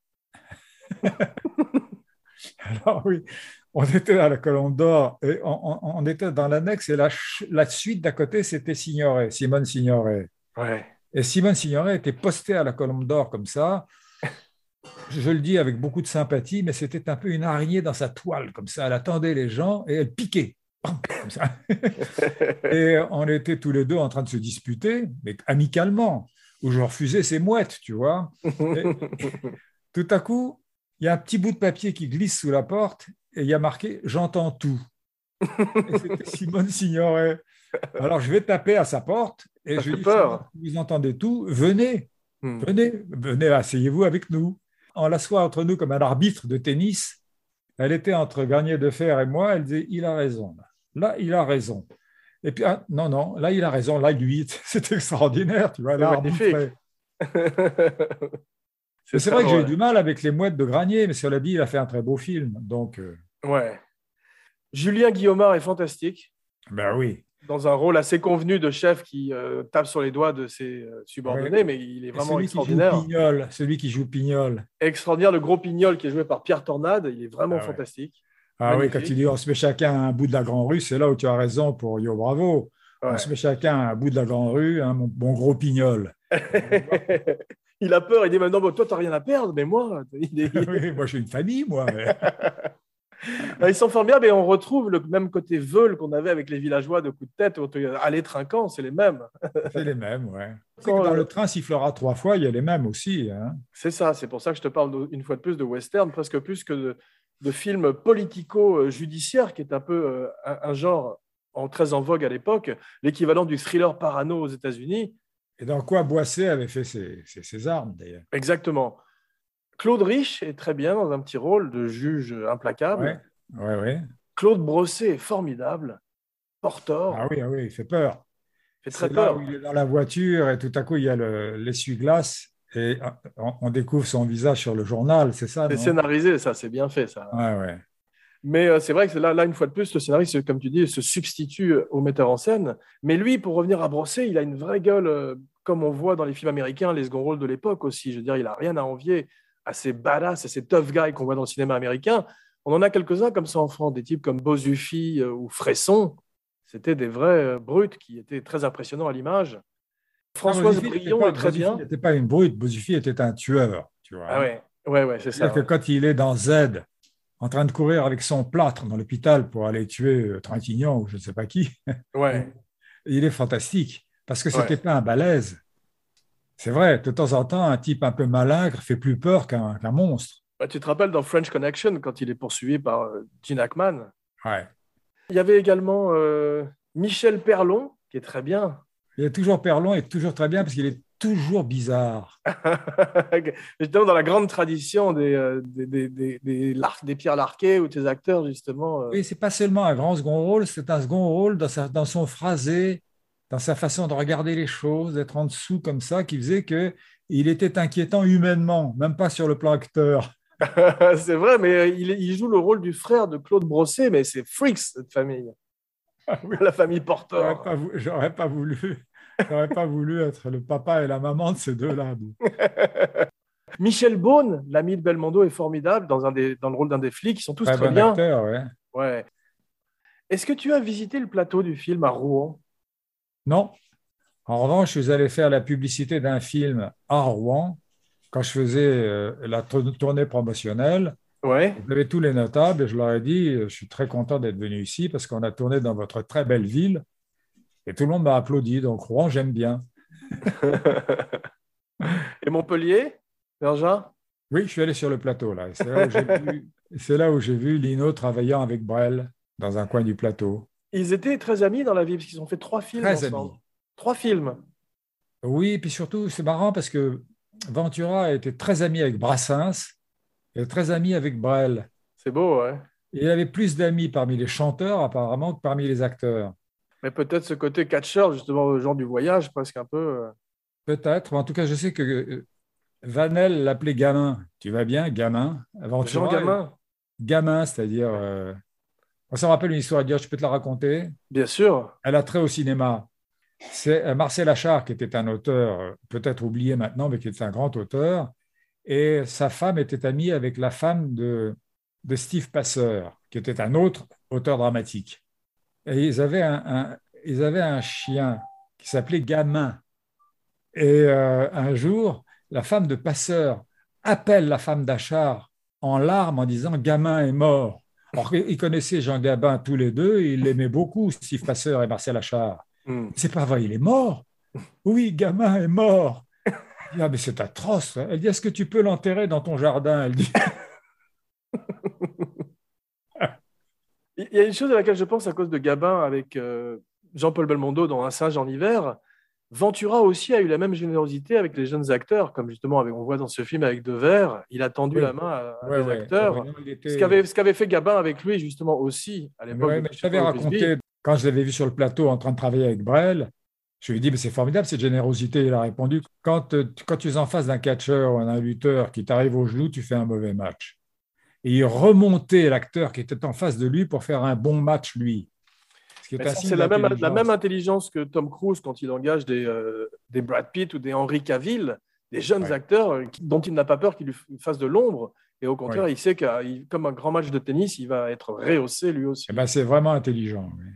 Alors oui, on était à la Colombe d'Or et on, on, on était dans l'annexe et la, la suite d'à côté, c'était Signoret, Simone Signoret. Ouais. Et Simone Signoret était postée à la Colombe d'Or comme ça. Je le dis avec beaucoup de sympathie, mais c'était un peu une araignée dans sa toile, comme ça. Elle attendait les gens et elle piquait. Comme ça. Et on était tous les deux en train de se disputer, mais amicalement, où je refusais ces mouettes, tu vois. Et tout à coup, il y a un petit bout de papier qui glisse sous la porte et il y a marqué « J'entends tout ». Et c'était Simone Signoret. Alors, je vais taper à sa porte et Ça je fait lui dis peur. « Vous entendez tout, venez, Hmm. venez, venez, asseyez-vous avec nous ». On l'assoit entre nous comme un arbitre de tennis. Elle était entre Garnier de Fer et moi. Elle disait « Il a raison. Là, il a raison. » Et puis, ah, non, non, là, il a raison. Là, lui, c'est extraordinaire. Tu vois, C'est là, magnifique. C'est, c'est ça, vrai que j'ai ouais. eu du mal avec les mouettes de Granier, mais cela dit, il a fait un très beau film. Donc, euh, Ouais. Julien Guillaumard est fantastique, ben oui. dans un rôle assez convenu de chef qui euh, tape sur les doigts de ses euh, subordonnés, Ouais. mais il est Et vraiment celui qui joue extraordinaire. Pignol, celui qui joue Pignol. Extraordinaire, le gros Pignol qui est joué par Pierre Tornade, il est vraiment Ah ouais. fantastique. Ah oui, Magnifique. quand tu dis on se met chacun à un bout de la Grande Rue, c'est là où tu as raison pour Yo Bravo. Ouais. On se met chacun à un bout de la Grande Rue, hein, mon, mon gros Pignol. Il a peur, il dit maintenant, bon, toi, tu n'as rien à perdre, mais moi. Il est- Oui, moi, j'ai une famille, moi. mais- Ils sont formidables et on retrouve le même côté veule qu'on avait avec les villageois de coup de tête. où tu- Allez, trinquant, c'est les mêmes. C'est les mêmes, ouais. Tu sais Quand, que dans euh, le train sifflera trois fois, il y a les mêmes aussi. Hein. C'est ça, c'est pour ça que je te parle de- une fois de plus de western, presque plus que de, de films politico-judiciaires, qui est un peu euh, un, un genre en, très en vogue à l'époque, l'équivalent du thriller parano aux États-Unis. Et dans quoi Boisset avait fait ses, ses, ses armes, d'ailleurs. Exactement. Claude Rich est très bien dans un petit rôle de juge implacable. Ouais, ouais, ouais. Claude Brossé est formidable. Portor, Ah oui, ah oui, il fait peur. fait très C'est là peur. où il est dans la voiture et tout à coup, il y a le, l'essuie-glace et on, on découvre son visage sur le journal, c'est ça, C'est non? scénarisé, ça, c'est bien fait, ça. Ouais, ouais. Mais euh, c'est vrai que là, là, une fois de plus, le scénariste, comme tu dis, se substitue au metteur en scène. Mais lui, pour revenir à Brossé, il a une vraie gueule, euh, comme on voit dans les films américains, les second rôles de l'époque aussi. Je veux dire, il n'a rien à envier à ces badass, à ces tough guys qu'on voit dans le cinéma américain. On en a quelques-uns comme ça en France, des types comme Bozuffi euh, ou Fresson. C'était des vrais euh, brutes qui étaient très impressionnants à l'image. Françoise Bozuffi n'était Brion pas- est très Bozuffi bien. n'était pas une brute, Bozuffi était un tueur, tu vois. Ah ouais, ouais, ouais, c'est ça. C'est-à-dire que Ouais. quand il est dans Z, en train de courir avec son plâtre dans l'hôpital pour aller tuer euh, Trintignant ou je ne sais pas qui, Ouais. il est fantastique parce que ce n'était Ouais. pas un balèze. C'est vrai, de temps en temps, un type un peu malingre fait plus peur qu'un, qu'un monstre. Bah, tu te rappelles dans French Connection, quand il est poursuivi par euh, Gene Hackman. Ouais. Il y avait également euh, Michel Perlon, qui est très bien. Il est toujours Perlon et toujours très bien parce qu'il est toujours bizarre. Justement, dans la grande tradition des, euh, des, des, des, des, Lar- des Pierre Larquet ou tes acteurs, justement. euh. Oui, c'est pas seulement un grand second rôle, c'est un second rôle dans, sa, dans son phrasé, dans sa façon de regarder les choses, d'être en dessous comme ça, qui faisait qu'il était inquiétant humainement, même pas sur le plan acteur. C'est vrai, mais il, il joue le rôle du frère de Claude Brossé, mais c'est freaks, cette famille. La famille J'aurais Portor. pas, vou- j'aurais pas voulu, j'aurais pas voulu être le papa et la maman de ces deux-là. Michel Beaune, l'ami de Belmondo, est formidable dans, un des, dans le rôle d'un des flics. Ils sont tous Très très bon bien. acteur, ouais. Ouais. Est-ce que tu as visité le plateau du film à Rouen? Non. En revanche, je suis allé faire la publicité d'un film à Rouen quand je faisais euh, la tour- tournée promotionnelle. Ouais. J'avais tous les notables et je leur ai dit, je suis très content d'être venu ici parce qu'on a tourné dans votre très belle ville et tout le monde m'a applaudi. Donc Rouen, j'aime bien. Et Montpellier, Bergin? Oui, je suis allé sur le plateau là. Et c'est là où j'ai vu, c'est là où j'ai vu Lino travaillant avec Brel dans un coin du plateau. Ils étaient très amis dans la vie, parce qu'ils ont fait trois films Très ensemble. amis. Trois films. Oui, et puis surtout, c'est marrant parce que Ventura était très ami avec Brassens et très ami avec Brel. C'est beau, ouais. Et il avait plus d'amis parmi les chanteurs, apparemment, que parmi les acteurs. Mais peut-être ce côté catcheur, justement, le genre du voyage, presque un peu. euh, Peut-être. En tout cas, je sais que euh, Vanel l'appelait gamin. Tu vas bien, gamin? Jean Ventura, Gamin, gamin, c'est-à-dire. euh, Moi, ça me rappelle une histoire à dire, je peux te la raconter. bien sûr. Elle a trait au cinéma. C'est euh, Marcel Achard, qui était un auteur, euh, peut-être oublié maintenant, mais qui était un grand auteur. Et sa femme était amie avec la femme de, de Steve Passeur, qui était un autre auteur dramatique. Et ils avaient un, un- ils avaient un chien qui s'appelait Gamin. Et euh, un jour, la femme de Passeur appelle la femme d'Achard en larmes en disant Gamin est mort. Alors qu'ils connaissaient Jean Gabin tous les deux, et ils l'aimaient beaucoup, Steve Passeur et Marcel Achard. Hmm. C'est pas vrai, il est mort. Oui, Gamin est mort. Elle dit, ah, mais c'est atroce. Elle dit, est-ce que tu peux l'enterrer dans ton jardin? Elle dit, Il y a une chose à laquelle je pense à cause de Gabin avec euh, Jean-Paul Belmondo dans Un singe en hiver. Ventura aussi a eu la même générosité avec les jeunes acteurs, comme justement avec, on voit dans ce film avec Devers. Il a tendu oui, la main à, à ouais, des ouais, acteurs. ouais, non, il était- Ce qu'avait, ce qu'avait fait Gabin avec lui, justement, aussi, à l'époque Ouais, de mais je Christopher t'avais Lee Frisbee. raconté, quand je l'avais vu sur le plateau en train de travailler avec Brel, je lui ai dit, mais c'est formidable cette générosité. Il a répondu, quand, euh, tu- quand tu es en face d'un catcheur ou d'un lutteur qui t'arrive au genou, tu fais un mauvais match. Et il remontait l'acteur qui était en face de lui pour faire un bon match, lui. Ce qui est Mais un ça, signe c'est la même, la d'intelligence. même intelligence que Tom Cruise quand il engage des, euh, des Brad Pitt ou des Henry Cavill, des jeunes Ouais. acteurs euh, qui- dont il n'a pas peur qu'ils lui fassent de l'ombre. Et au contraire, Ouais. il sait que, comme un grand match de tennis, il va être rehaussé lui aussi. Eh ben, c'est vraiment intelligent. Oui.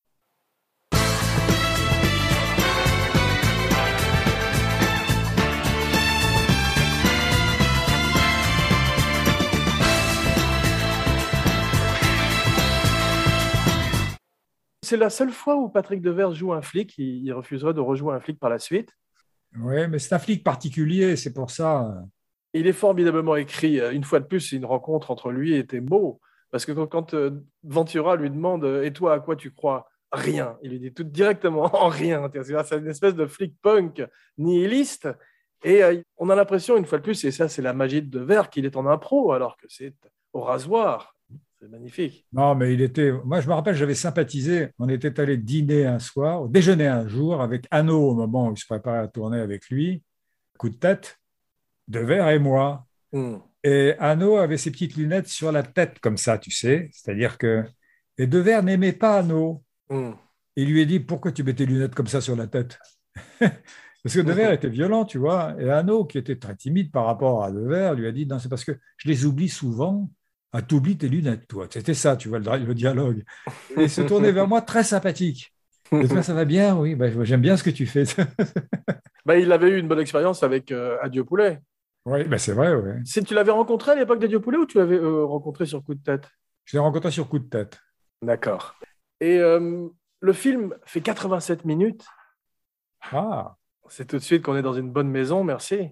C'est la seule fois où Patrick Devers joue un flic. Il, il refuserait de rejouer un flic par la suite. Ouais, mais c'est un flic particulier, c'est pour ça. Il est formidablement écrit. Une fois de plus, c'est une rencontre entre lui et Thébault. Parce que quand, quand, euh, Ventura lui demande euh, Et toi, à quoi tu crois? Rien. Il lui dit tout directement en rien. C'est une espèce de flic punk nihiliste. Et euh, on a l'impression, une fois de plus, et ça, c'est la magie de Devers, qu'il est en impro, alors que c'est au rasoir. C'est magnifique. Non, mais il était. Moi, je me rappelle, j'avais sympathisé. On était allé dîner un soir, déjeuner un jour avec Hanno au moment où il se préparait à tourner avec lui. Coup de tête, Devers et moi. Hmm. Et Hanno avait ses petites lunettes sur la tête, comme ça, tu sais. C'est-à-dire que. Et Devers n'aimait pas Hanno. Hmm. Il lui a dit pourquoi tu mets tes lunettes comme ça sur la tête? Parce que Devers était violent, tu vois. Et Hanno, qui était très timide par rapport à Devers, lui a dit non, c'est parce que je les oublie souvent. Ah, t'oublies tes lunettes, toi. C'était ça, tu vois, le, le dialogue. Et il se tournait vers moi, très sympathique. Et toi, ça va bien? Oui, ben, j'aime bien ce que tu fais. Bah, il avait eu une bonne expérience avec euh, Adieu Poulet. Oui, ben, c'est vrai, ouais. C'est, tu l'avais rencontré à l'époque d'Adieu Poulet ou tu l'avais euh, rencontré sur coup de tête? Je l'ai rencontré sur coup de tête. D'accord. Et euh, le film fait quatre-vingt-sept minutes. Ah, C'est tout de suite qu'on est dans une bonne maison, merci.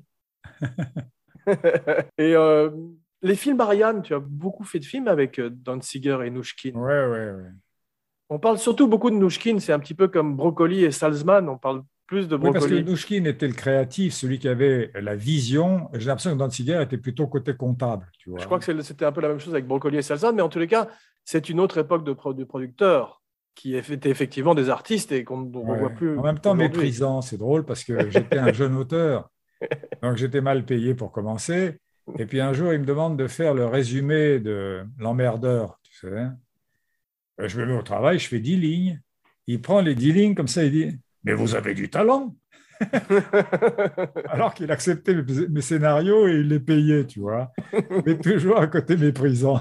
Et euh, les films Ariane, tu as beaucoup fait de films avec euh, Danziger et Nouchkine. ouais, ouais, ouais. On parle surtout beaucoup de Nouchkine, c'est un petit peu comme Broccoli et Salzman, on parle plus de Oui, parce que Broccoli. Nouchkine était le créatif, celui qui avait la vision. J'ai l'impression que Danziger était plutôt côté comptable, tu vois. Je crois que c'est- c'était un peu la même chose avec Broccoli et Salzman, mais en tous les cas, c'est une autre époque de, pro- de producteurs qui étaient effectivement des artistes et qu'on ne Ouais. revoit plus. En même temps, aujourd'hui. méprisant, c'est drôle parce que j'étais un jeune auteur, donc j'étais mal payé pour commencer. Et puis un jour, il me demande de faire le résumé de L'Emmerdeur, tu sais. Euh, Je me mets au travail, je fais dix lignes. Il prend les dix lignes comme ça, il dit « Mais vous avez du talent !» Alors qu'il acceptait mes, mes scénarios et il les payait, tu vois. Mais toujours à côté méprisant.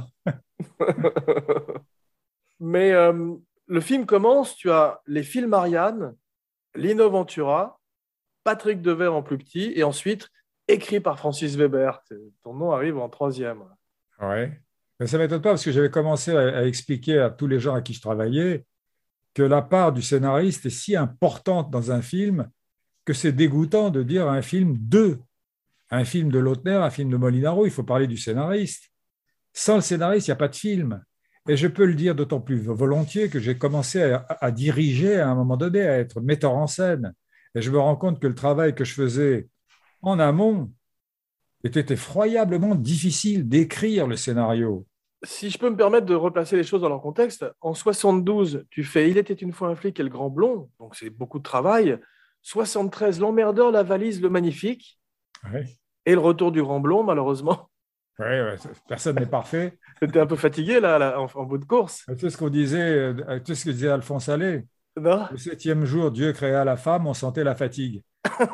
Mais euh, le film commence, tu as les films Ariane, Lino Ventura, Patrick Devers en plus petit, et ensuite écrit par Francis Weber. C'est- Ton nom arrive en troisième. Ouais. Mais ça ne m'étonne pas parce que j'avais commencé à, à expliquer à tous les gens à qui je travaillais que la part du scénariste est si importante dans un film que c'est dégoûtant de dire un film de, un film de Lautner, un film de Molinaro, il faut parler du scénariste. Sans le scénariste, il n'y a pas de film. Et je peux le dire d'autant plus volontiers que j'ai commencé à, à diriger à un moment donné, à être metteur en scène. Et je me rends compte que le travail que je faisais en amont était effroyablement difficile d'écrire le scénario. Si je peux me permettre de replacer les choses dans leur contexte, en soixante-douze, tu fais Il était une fois un flic et le grand blond, donc c'est beaucoup de travail. soixante-treize, L'emmerdeur, la valise, le magnifique. Oui, Et le retour du grand blond, malheureusement. ouais, ouais, personne n'est parfait. T'étais un peu fatigué, là, là, en, en bout de course. Tu sais ce qu'on disait, euh, tu sais ce que disait Alphonse Allais? Non. Le septième jour, Dieu créa la femme, on sentait la fatigue.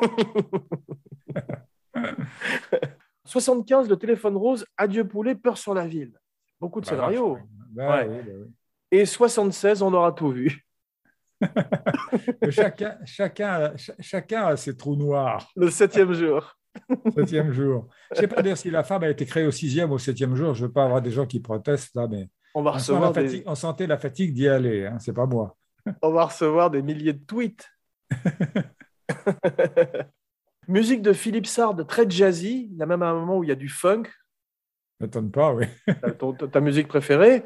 soixante-quinze, Le téléphone rose, Adieu poulet, Peur sur la ville. Beaucoup de Bah, scénarios. vache, bah, Ouais. oui, bah, oui. Et soixante-seize, On aura tout vu. Mais chacun, chacun, ch- chacun a ses trous noirs. Le septième jour. Septième jour. Je ne sais pas dire si la femme a été créée au sixième ou au septième jour. Je ne veux pas avoir des gens qui protestent là, mais On va on, sent recevoir la fatigue- des, on sentait la fatigue d'y aller. Hein, c'est pas moi. on va recevoir des milliers de tweets. Musique de Philippe Sard, très jazzy. Il y a même un moment où il y a du funk. Ne m'étonne pas, oui. Ta, ton- ta musique préférée.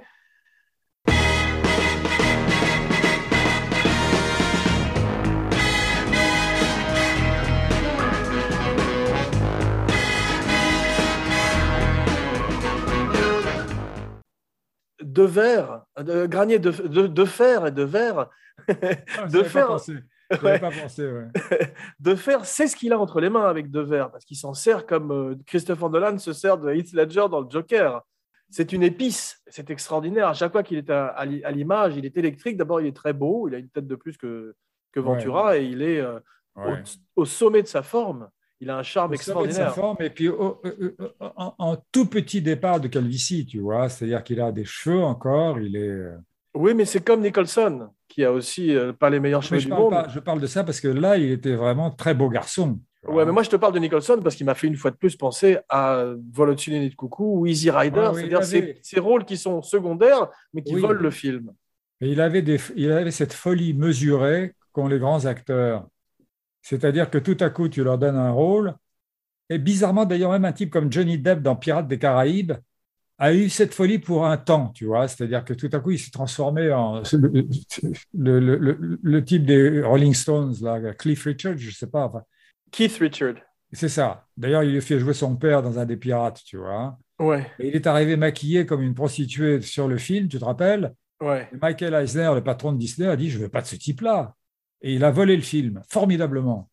De verre, de granier de, de, de fer et de verre. Ah, De j'y avais faire- pas pensé. J'y avais Ouais. pas pensé, ouais. De fer, c'est ce qu'il a entre les mains avec De Verre, parce qu'il s'en sert comme euh, Christopher Nolan se sert de Heath Ledger dans le Joker. C'est une épice, c'est extraordinaire. À chaque fois qu'il est à, à l'i- à l'image, il est électrique. D'abord, il est très beau, il a une tête de plus que, que Ventura et il est euh, Ouais. au, au sommet de sa forme. Il a un charme Au sommet de sa extraordinaire. forme, et puis au- au- au- en, en tout petit départ de calvitie, tu vois. C'est-à-dire qu'il a des cheveux encore, il est. euh, Oui, mais c'est comme Nicholson, qui a aussi euh, pas les meilleurs Mais cheveux je du parle, monde. pas, je parle de ça parce que là, il était vraiment très beau garçon. tu vois. Ouais, mais moi je te parle de Nicholson parce qu'il m'a fait une fois de plus penser à Vol au-dessus des nids de coucou ou Easy Rider, Ah oui, c'est-à-dire il avait- ces, ces rôles qui sont secondaires mais qui Oui. volent le film. Et il avait, des, il avait cette folie mesurée qu'ont les grands acteurs. C'est-à-dire que tout à coup, tu leur donnes un rôle. Et bizarrement, d'ailleurs, même un type comme Johnny Depp dans Pirates des Caraïbes a eu cette folie pour un temps, tu vois. C'est-à-dire que tout à coup, il s'est transformé en le, le, le, le- le type des Rolling Stones, là, Cliff Richard, je ne sais pas. Enfin, Keith Richard. c'est ça. D'ailleurs, il lui fait jouer son père dans un des pirates, tu vois. Ouais, Et il est arrivé maquillé comme une prostituée sur le film, tu te rappelles? ouais. Et Michael Eisner, le patron de Disney, a dit « Je ne veux pas de ce type-là ». Et il a volé le film, formidablement.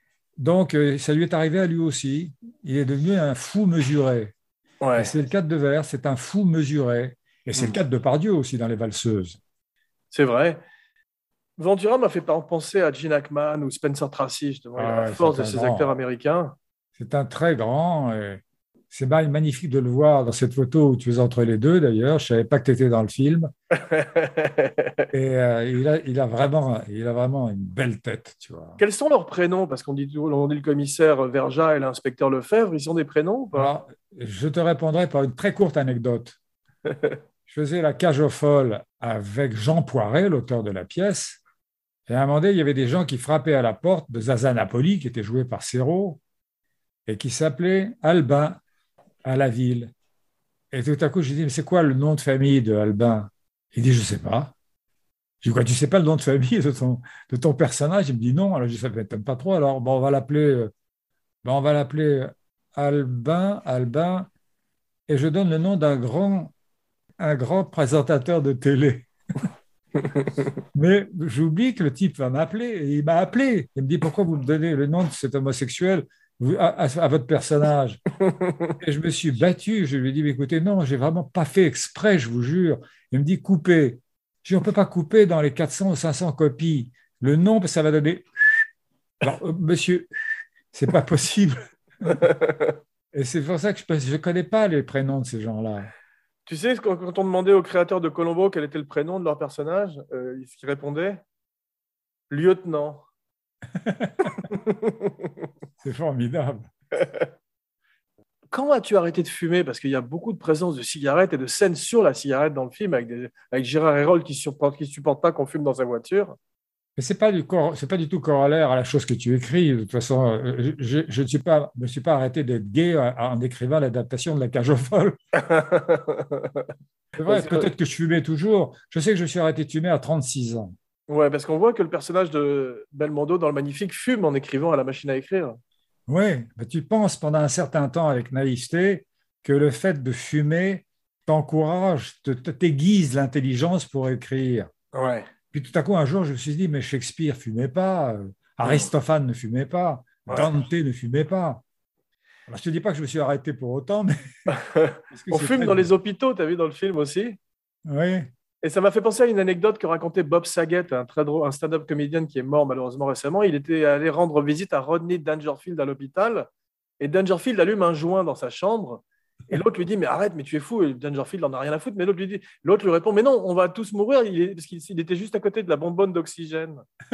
Donc, euh, ça lui est arrivé à lui aussi. Il est devenu un fou mesuré. Ouais. Et c'est le cas de Devers, c'est un fou mesuré. Et c'est Mm. le cas de Depardieu aussi dans Les Valseuses. C'est vrai. Ventura m'a fait penser à Gene Hackman ou Spencer Tracy, justement, Ah la ouais, force c'est de un ces grand. acteurs américains. C'est un très grand. Et c'est ma- magnifique de le voir dans cette photo où tu es entre les deux, d'ailleurs. Je ne savais pas que tu étais dans le film. Et euh, il, a, il, a vraiment, il a vraiment une belle tête, tu vois. Quels sont leurs prénoms? Parce qu'on dit, tout- on dit le commissaire Verja et l'inspecteur Lefebvre, ils ont des prénoms ou pas? Alors, je te répondrai par une très courte anecdote. Je faisais La Cage aux Folles avec Jean Poiret, l'auteur de la pièce. Et à un moment donné, il y avait des gens qui frappaient à la porte de Zaza Napoli, qui était joué par Serrault, et qui s'appelait Albin à la ville. Et tout à coup, j'ai dit, mais c'est quoi le nom de famille de Albin? Il dit, je ne sais pas. Je dis, quoi, tu ne sais pas le nom de famille de ton, de ton personnage? Il me dit, non. Alors, je dis, ça ne m'étonne pas trop. Alors, bon, on va l'appeler, euh, bon, on va l'appeler Albin, Albin, et je donne le nom d'un grand, un grand présentateur de télé. Mais j'oublie que le type va m'appeler, et il m'a appelé. Il me dit, pourquoi vous me donnez le nom de cet homosexuel à, à- à votre personnage? Et je me suis battu. Je lui ai dit, mais écoutez, non, j'ai vraiment pas fait exprès, je vous jure. Il me dit, coupez. Je dis, on ne peut pas couper dans les quatre cents ou cinq cents copies. Le nom, parce que ça va donner. Alors, euh, monsieur, c'est pas possible. Et c'est pour ça que je ne connais pas les prénoms de ces gens-là. Tu sais, quand, quand on demandait aux créateurs de Colombo quel était le prénom de leur personnage, euh, ce qu'ils répondaient? Lieutenant. C'est formidable. Quand as-tu arrêté de fumer? Parce qu'il y a beaucoup de présence de cigarettes et de scènes sur la cigarette dans le film, avec, des, avec Gérard Hérol qui ne supporte, qui supporte pas qu'on fume dans sa voiture. Mais ce n'est pas, du cor- c'est pas du tout corollaire à la chose que tu écris. De toute façon, euh, je je ne suis pas, me suis pas arrêté d'être gay en, en écrivant l'adaptation de La Cage aux Folles. C'est vrai, Parce que- peut-être que je fumais toujours. Je sais que je suis arrêté de fumer à trente-six ans. Ouais, parce qu'on voit que le personnage de Belmondo dans Le Magnifique fume en écrivant à la machine à écrire. Oui, mais tu penses pendant un certain temps avec naïveté que le fait de fumer t'encourage, te, te- t'aiguise l'intelligence pour écrire. Ouais. Puis tout à coup, un jour, je me suis dit, mais Shakespeare ne fumait pas, euh, Aristophane ne fumait pas, Ouais. Dante ne fumait pas. Alors, je ne te dis pas que je me suis arrêté pour autant, mais parce que On c'est fume très dans dur. les hôpitaux, tu as vu dans le film aussi? Oui, Et ça m'a fait penser à une anecdote que racontait Bob Saget, un, très drôle, un stand-up comédien qui est mort malheureusement récemment. Il était allé rendre visite à Rodney Dangerfield à l'hôpital. Et Dangerfield allume un joint dans sa chambre. Et l'autre lui dit, mais arrête, mais tu es fou. Et Dangerfield n'en a rien à foutre. Mais l'autre lui dit, l'autre lui répond, mais non, on va tous mourir. Il est, parce qu'il il était juste à côté de la bonbonne d'oxygène.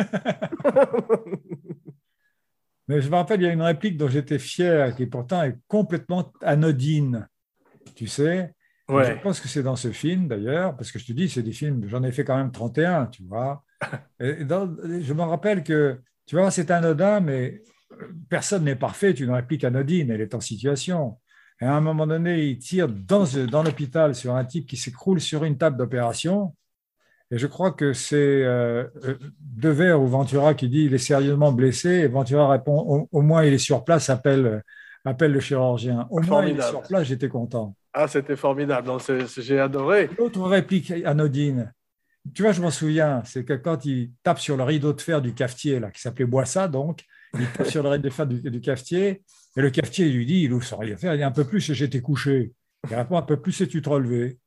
mais je me rappelle, il y a une réplique dont j'étais fier, qui pourtant est complètement anodine, tu sais. Et je Ouais. pense que c'est dans ce film, d'ailleurs, parce que je te dis, c'est des films, j'en ai fait quand même trente et un, tu vois. Et dans- je me rappelle que, tu vois, c'est anodin, mais personne n'est parfait, tu une réplique anodine, elle est en situation. Et à un moment donné, il tire dans, dans l'hôpital sur un type qui s'écroule sur une table d'opération. Et je crois que c'est euh, euh, Devers ou Ventura qui dit il est sérieusement blessé. Et Ventura répond au, au moins il est sur place, appelle, appelle le chirurgien. Au moins il est Formidable. sur place, j'étais content. Ah, c'était formidable. Non, c'est- c'est- j'ai adoré. L'autre réplique anodine, tu vois, je m'en souviens, c'est que quand il tape sur le rideau de fer du cafetier, là, qui s'appelait Boissa, donc, il tape sur le rideau de fer du, du cafetier, et le cafetier lui dit, il ouvre son rideau de fer, il dit un peu plus et j'étais couché. Il répond un peu plus et tu te relevais.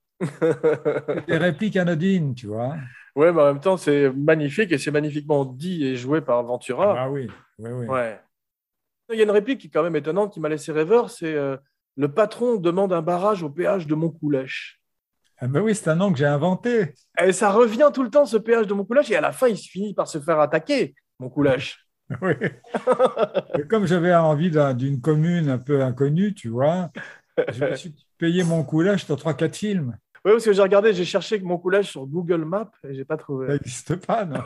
Des répliques anodines, tu vois. Ouais, mais en même temps, c'est magnifique et c'est magnifiquement dit et joué par Ah Ventura. bah oui, oui, oui. Ouais. Il y a une réplique qui est quand même étonnante qui m'a laissé rêveur, c'est euh, le patron demande un barrage au péage de Montcoulèche. Ah bah oui, c'est un nom que j'ai inventé. Et ça revient tout le temps, ce péage de Montcoulèche, et à la fin, il se finit par se faire attaquer, Montcoulèche. Oui. Et comme j'avais envie d'un- d'une commune un peu inconnue, tu vois, je me suis payé mon coulage dans trois, quatre films. Oui, parce que j'ai regardé, j'ai cherché Montcoulèche sur Google Maps et j'ai pas Ça trouvé. n'existe pas, non?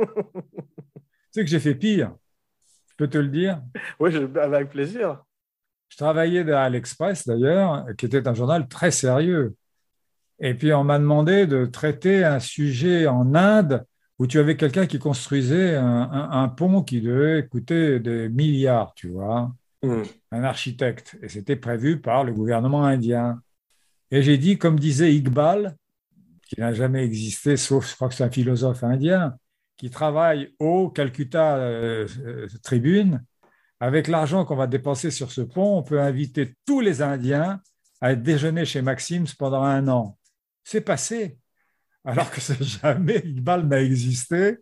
Tu sais que j'ai fait pire, je peux te le dire. Oui, je- avec plaisir. Je travaillais à l'Express, d'ailleurs, qui était un journal très sérieux. Et puis, on m'a demandé de traiter un sujet en Inde où tu avais quelqu'un qui construisait un, un- un pont qui devait coûter des milliards, tu vois, Hmm. un architecte. Et c'était prévu par le gouvernement indien. Et j'ai dit, comme disait Iqbal, qui n'a jamais existé, sauf, je crois que c'est un philosophe indien, qui travaille au Calcutta euh, euh, Tribune, avec l'argent qu'on va dépenser sur ce pont, on peut inviter tous les Indiens à déjeuner chez Maxim's pendant un an. C'est passé, alors que c'est jamais Iqbal n'a existé.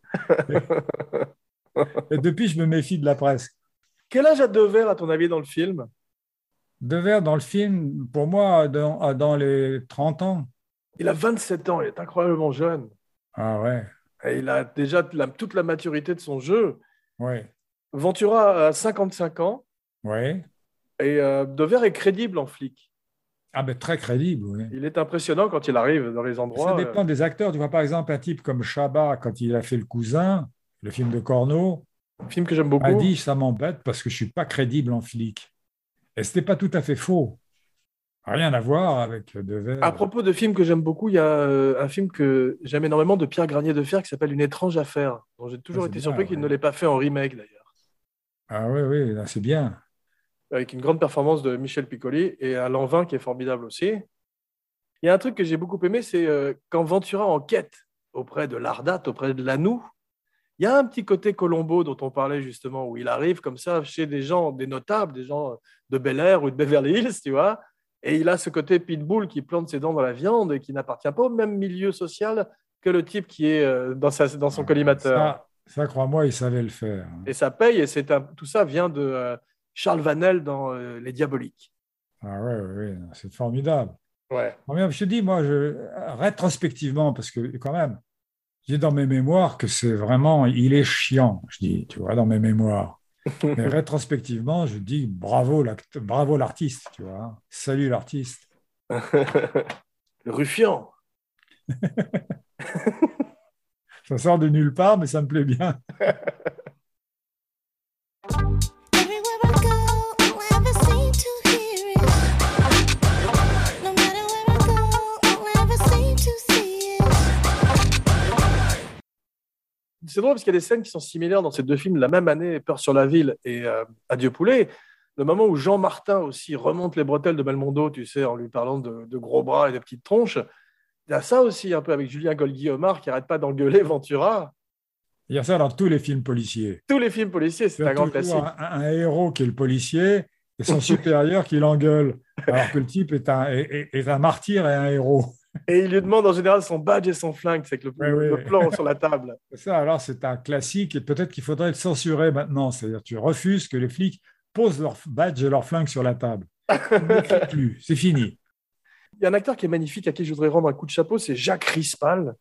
Et depuis, je me méfie de la presse. Quel âge a Devers, à ton avis, dans le film? Devers, dans le film, pour moi, dans, dans les trente ans. Il a vingt-sept ans, il est incroyablement jeune. Ah ouais, Et il a déjà la- toute la maturité de son jeu. ouais, Ventura a cinquante-cinq ans ouais. et euh, Devers est crédible en flic. Ah ben très crédible, oui. Il est impressionnant quand il arrive dans les Ça endroits. dépend des acteurs. Tu vois, par exemple, un type comme Chabat, quand il a fait Le Cousin, le film de Corneau, euh, film que j'aime m'a beaucoup. dit ça m'embête parce que je ne suis pas crédible en flic. Et ce n'était pas tout à fait faux. Rien à voir avec Devers. À propos de films que j'aime beaucoup, il y a euh, un film que j'aime énormément de Pierre Granier de Fer qui s'appelle Une étrange affaire, dont j'ai toujours Ah, été c'est surpris bien, qu'il ouais. ne l'ait pas fait en remake d'ailleurs, Ah oui, oui, là, c'est bien. avec une grande performance de Michel Piccoli et un Lanvin qui est formidable aussi. Il y a un truc que j'ai beaucoup aimé, c'est euh, quand Ventura enquête auprès de l'Ardat, auprès de l'Anou, il y a un petit côté Colombo dont on parlait justement, où il arrive comme ça chez des gens, des notables, des gens de Bel Air ou de Beverly Hills, tu vois, et il a ce côté pitbull qui plante ses dents dans la viande et qui n'appartient pas au même milieu social que le type qui est euh, dans, sa, dans son collimateur. Ça, ça crois-moi, il savait le faire. Et ça paye, et c'est un, tout ça vient de euh, Charles Vanel dans euh, Les Diaboliques. Ah oui, oui, oui, c'est formidable. Ouais. Formidable. Je te dis, moi, je, rétrospectivement, parce que quand même, j'ai dans mes mémoires que c'est vraiment, il est chiant, je dis, tu vois, dans mes mémoires. Mais rétrospectivement, je dis bravo, l'act- bravo l'artiste, tu vois. Salut l'artiste. Le ruffian. Ça sort de nulle part, mais ça me plaît bien. Everywhere I go, I'll ever seem to hear it. No matter where I go, I'll ever seem to see it. c'est drôle parce qu'il y a des scènes qui sont similaires dans ces deux films, la même année, Peur sur la ville et euh, Adieu poulet. Le moment où Jean Martin aussi remonte les bretelles de Belmondo, tu sais, en lui parlant de, de gros bras et de petites tronches. Il y a ça aussi un peu avec Julien Gold-Guillaumard qui n'arrête pas d'engueuler Ventura. Il y a ça dans tous les films policiers. Tous les films policiers, c'est Il y a un grand toujours classique. un, un héros qui est le policier et son supérieur qui l'engueule, alors que le type est un, est, est un martyr et un héros. Et il lui demande en général son badge et son flingue, c'est que le, Oui, le oui. plan sur la table. Ça, alors, c'est un classique et peut-être qu'il faudrait le censurer maintenant. C'est-à-dire, tu refuses que les flics posent leur badge et leur flingue sur la table. Tu ne l'écris plus, c'est fini. Il y a un acteur qui est magnifique à qui je voudrais rendre un coup de chapeau, c'est Jacques Rispal.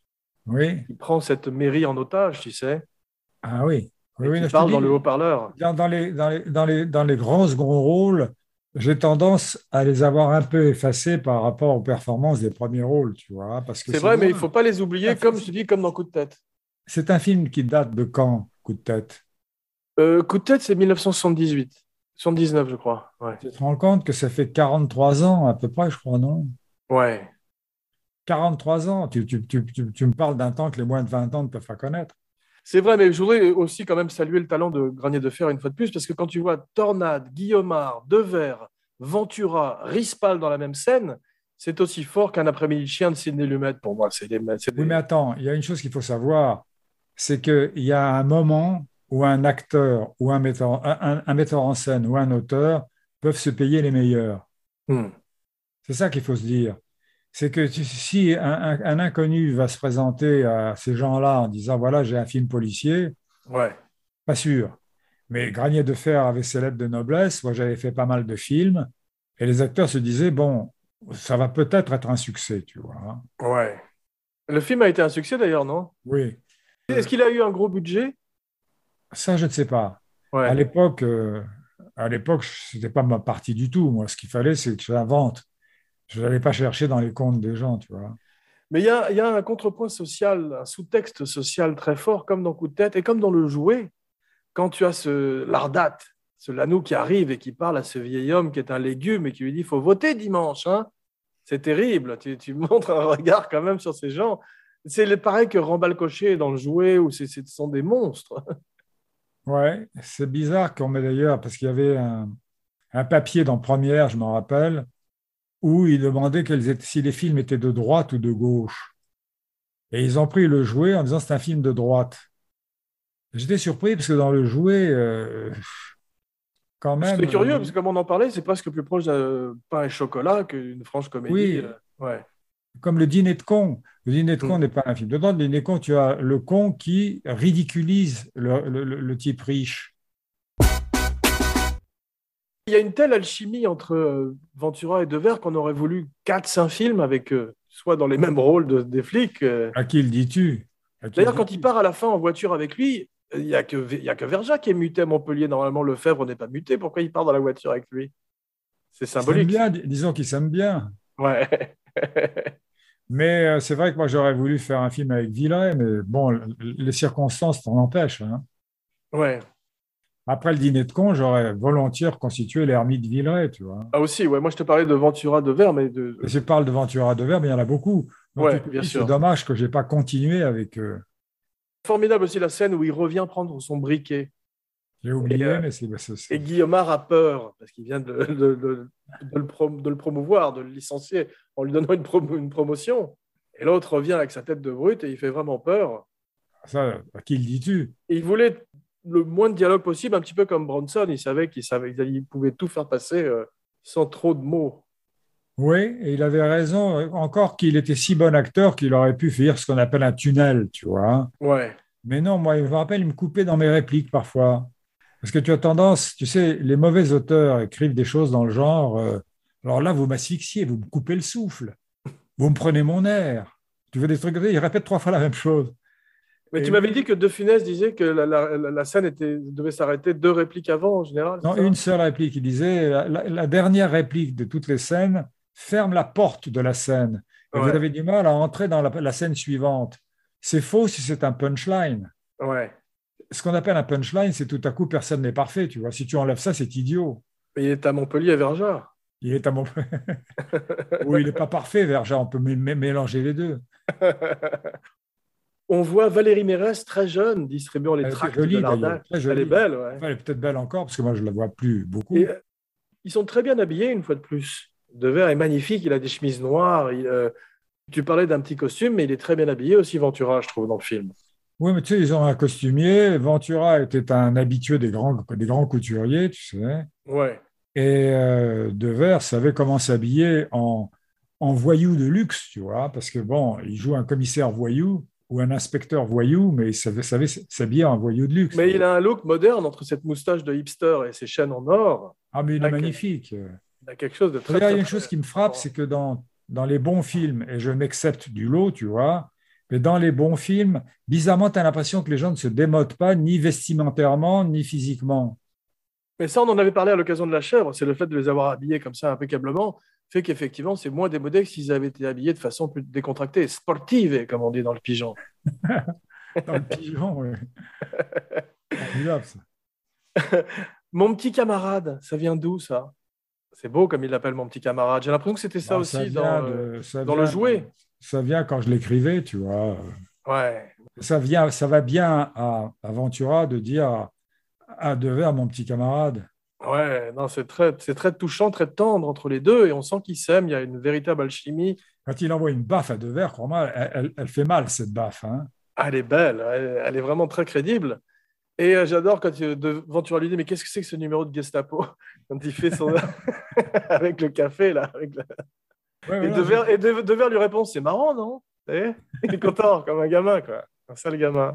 Oui. Il prend cette mairie en otage, tu sais, Ah oui. Oui, et oui, qui je te parle dis, dans le haut-parleur. dans, dans les, dans, les, dans, les, dans les grands seconds rôles, j'ai tendance à les avoir un peu effacés par rapport aux performances des premiers rôles, tu vois. Parce que C'est vrai, mais il ne loin. faut pas les oublier, comme je te dis, comme dans Coup de tête. C'est un film qui date de quand, Coup de tête? Euh, Coup de tête, c'est dix-neuf cent soixante-dix-huit. soixante-dix-neuf, je crois. Ouais. Tu te rends compte que ça fait quarante-trois ans à peu près, je crois, non? Ouais. quarante-trois ans, tu, tu, tu, tu, tu me parles d'un temps que les moins de vingt ans ne peuvent pas connaître. C'est vrai, mais je voudrais aussi quand même saluer le talent de Granier de Fer une fois de plus, parce que quand tu vois Tornade, Guillaumard, Devers, Ventura, Rispal dans la même scène, c'est aussi fort qu'un après-midi de chien de Sidney Lumet pour moi. C'est des, c'est des- Oui, mais attends, il y a une chose qu'il faut savoir, c'est qu'il y a un moment où un acteur ou un metteur, un, un- un metteur en scène ou un auteur peuvent se payer les meilleurs. Hmm. C'est ça qu'il faut se dire. C'est que tu- si un, un- un inconnu va se présenter à ces gens-là en disant, voilà, j'ai un film policier, Ouais. pas sûr. Mais Granier de Fer avait ses lettres de noblesse, moi j'avais fait pas mal de films, et les acteurs se disaient, bon, ça va peut-être être un succès, tu vois, hein. Ouais. Le film a été un succès d'ailleurs, non? Oui, Est-ce qu'il a eu un gros budget? ça je ne sais pas. À Ouais. l'époque, euh, à l'époque, ce n'était pas ma partie du tout. Moi, ce qu'il fallait, c'est que je l'invente. Je n'allais pas chercher dans les comptes des gens, tu vois. Mais il y a, il y a un contrepoint social, un sous-texte social très fort, comme dans Coup de tête et comme dans Le Jouet, quand tu as ce Lardat, ce Lanou qui arrive et qui parle à ce vieil homme qui est un légume et qui lui dit, il faut voter dimanche, hein. C'est terrible, tu, tu montres un regard quand même sur ces gens. C'est le- pareil que Rambalcoché dans Le Jouet, où c'est- ce sont des monstres. Ouais, c'est bizarre qu'on met d'ailleurs, parce qu'il y avait un, un papier dans Première, je m'en rappelle, où il demandait quels étaient, si les films étaient de droite ou de gauche. Et ils ont pris Le Jouet en disant c'est un film de droite. J'étais surpris parce que dans Le Jouet, euh, quand même. C'était curieux, euh, parce que comme on en parlait, c'est presque plus proche d'un pain et chocolat qu'une franche comédie. Oui, euh, Ouais. comme Le Dîner de con. Le Dîner de con Mm. n'est pas un film. Dedans, le Dîner de con, tu as le con qui ridiculise le, le- le- le type riche. Il y a une telle alchimie entre euh, Ventura et Devers qu'on aurait voulu quatre cinq films avec eux, soit dans les mêmes rôles de- des flics. euh. À qui le dis-tu? À qui D'ailleurs, le quand dis-tu il part à la fin en voiture avec lui, il n'y a que, il y a que Verja qui est muté à Montpellier. Normalement, Lefebvre n'est pas muté. Pourquoi il part dans la voiture avec lui? C'est Ils s'aiment symbolique. bien, dis- disons qu'ils s'aiment bien. Ouais. Mais euh, c'est vrai que moi, j'aurais voulu faire un film avec Villeray, mais bon, l- les circonstances t'en empêchent, hein. Ouais. Après le Dîner de con, j'aurais volontiers reconstitué l'ermite Villeray, tu vois. Ah aussi, ouais. Moi, je te parlais de Ventura Devers, mais de. Et je parle de Ventura de Verbe, mais il y en a beaucoup. Donc, Ouais, tu te bien dis, sûr. c'est dommage que je n'ai pas continué avec eux. Formidable aussi la scène où il revient prendre son briquet. J'ai oublié, Et, euh, mais c'est... c'est- c'est- Et Guillemard a peur, parce qu'il vient de, de- de- de le prom- de le promouvoir, de le licencier, en lui donnant une, promo- une promotion. Et l'autre revient avec sa tête de brute et il fait vraiment peur. Ça, à qui le dis-tu? Et il voulait le moins de dialogue possible, un petit peu comme Bronson. Il savait qu'il savait, il pouvait tout faire passer euh, sans trop de mots. Oui, et il avait raison. euh, Encore qu'il était si bon acteur qu'il aurait pu faire ce qu'on appelle un tunnel, tu vois. Ouais, Mais non, moi, je me rappelle, il me coupait dans mes répliques parfois. Parce que tu as tendance, tu sais, les mauvais auteurs écrivent des choses dans le genre, euh, alors là, vous m'asphyxiez, vous me coupez le souffle, vous me prenez mon air. Tu veux des trucs comme ça, ils répètent trois fois la même chose. mais Et tu m'avais lui- dit que De Funès disait que la, la- la- la scène était, devait s'arrêter deux répliques avant, en général. c'est Non, ça une seule réplique. Il disait, la, la- la dernière réplique de toutes les scènes ferme la porte de la scène. Et vous Ouais. avez du mal à entrer dans la, la scène suivante. C'est faux si c'est un punchline. Ouais. Ce qu'on appelle un punchline, c'est tout à coup, personne n'est parfait. Tu vois. Si tu enlèves ça, c'est idiot. Mais il est à Montpellier, à Verja. Il est à mon... Oui, il n'est pas parfait, Verja. On peut mé- mé- mélanger les deux. On voit Valérie Mérès très jeune, distribuant les Elle était tracts jolie, de d'ailleurs, l'Ardac. très Elle jolie. est belle, ouais. Enfin, elle est peut-être belle encore, parce que moi, je ne la vois plus beaucoup. Et euh, ils sont très bien habillés, une fois de plus. Devers est magnifique, il a des chemises noires. il, euh, tu parlais d'un petit costume, mais il est très bien habillé aussi, Ventura, je trouve, dans le film. Oui, mais tu sais, ils ont un costumier. Ventura était un habitué des grands, des grands couturiers, tu sais. Ouais. Et euh, Devers savait comment s'habiller en, en voyou de luxe, tu vois, parce que bon, il joue un commissaire voyou ou un inspecteur voyou, mais il savait, savait s'habiller en voyou de luxe. Mais il a un look moderne entre cette moustache de hipster et ses chaînes en or. Ah, mais il Ah, est que- magnifique. Il a quelque chose de très, D'ailleurs, il y a très, une chose qui me frappe, c'est que dans, dans les bons films, et je m'accepte du lot, tu vois, mais dans les bons films, bizarrement, tu as l'impression que les gens ne se démodent pas, ni vestimentairement, ni physiquement. Mais ça, on en avait parlé à l'occasion de La Chèvre. C'est le fait de les avoir habillés comme ça impeccablement fait qu'effectivement, c'est moins démodé que s'ils avaient été habillés de façon plus décontractée, sportive, comme on dit dans le pigeon. Dans le pigeon, oui. Formidable, ça. Mon petit camarade, ça vient d'où ça? C'est beau comme il l'appelle mon petit camarade. J'ai l'impression que c'était ça Bah, aussi ça dans, vient euh, de- ça dans le vient- jouet. Ça vient quand je l'écrivais, tu vois. Ouais. Ça vient, ça va bien à, à Ventura de dire à, à Devers, mon petit camarade. Ouais, non, c'est très, c'est très touchant, très tendre entre les deux et on sent qu'ils s'aiment. Il y a une véritable alchimie. Quand il envoie une baffe à Devers, crois-moi, elle, elle- elle fait mal, cette baffe. Hein. Ah, elle est belle, elle, elle est vraiment très crédible. Et euh, j'adore quand euh, de- Ventura lui dit mais qu'est-ce que c'est que ce numéro de Gestapo quand il fait son avec le café là. Avec le- Ouais, Et voilà, Devers, et De- Devers lui répond c'est marrant non? Vous savez il est content comme un gamin quoi, un sale gamin.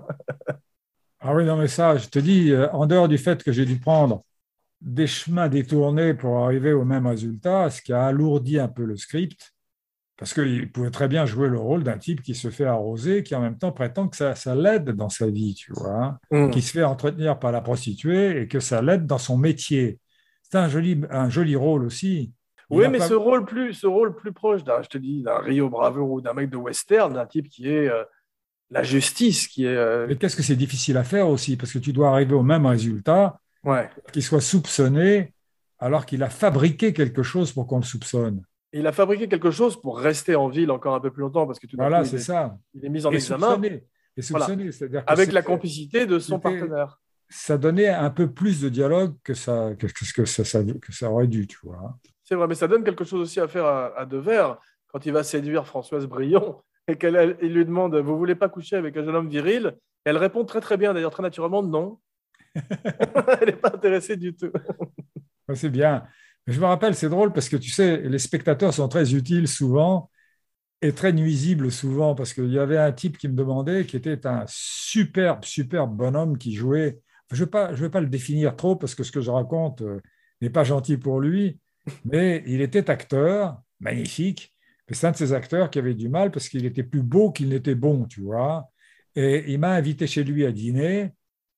Ah oui, non, mais ça, je te dis, euh, en dehors du fait que j'ai dû prendre des chemins détournés pour arriver au même résultat, ce qui a alourdi un peu le script, parce qu'il pouvait très bien jouer le rôle d'un type qui se fait arroser, qui en même temps prétend que ça, ça l'aide dans sa vie, tu vois, Mm. qui se fait entretenir par la prostituée et que ça l'aide dans son métier. C'est un joli, un joli rôle aussi. Il Oui, a mais pas- ce rôle plus, ce rôle plus proche d'un, je te dis, d'un Rio Bravo ou d'un mec de western, d'un type qui est euh, la justice, qui est, euh, Mais qu'est-ce que c'est difficile à faire aussi, parce que tu dois arriver au même résultat, ouais. qu'il soit soupçonné alors qu'il a fabriqué quelque chose pour qu'on le soupçonne. Il a fabriqué quelque chose pour rester en ville encore un peu plus longtemps parce que tout d'un Voilà, coup, il c'est est, ça. il est mis en Et examen soupçonné. Et soupçonné, c'est-à-dire que avec la c'était- complicité de son c'était- partenaire. ça donnait un peu plus de dialogue que ça, que, que- que ça, ça- que ça aurait dû, tu vois. C'est vrai, mais ça donne quelque chose aussi à faire à, à Devers quand il va séduire Françoise Brion et qu'elle elle- il lui demande vous voulez pas coucher avec un jeune homme viril? Elle répond très très bien, d'ailleurs très naturellement non. Elle n'est pas intéressée du tout. Ouais, c'est bien. Mais je me rappelle, c'est drôle parce que tu sais, les spectateurs sont très utiles souvent et très nuisibles souvent parce qu'il y avait un type qui me demandait, qui était un superbe, superbe bonhomme qui jouait. Je ne vais pas, je vais pas le définir trop parce que ce que je raconte euh, n'est pas gentil pour lui, mais il était acteur, magnifique. Mais c'est un de ces acteurs qui avait du mal parce qu'il était plus beau qu'il n'était bon, tu vois. Et il m'a invité chez lui à dîner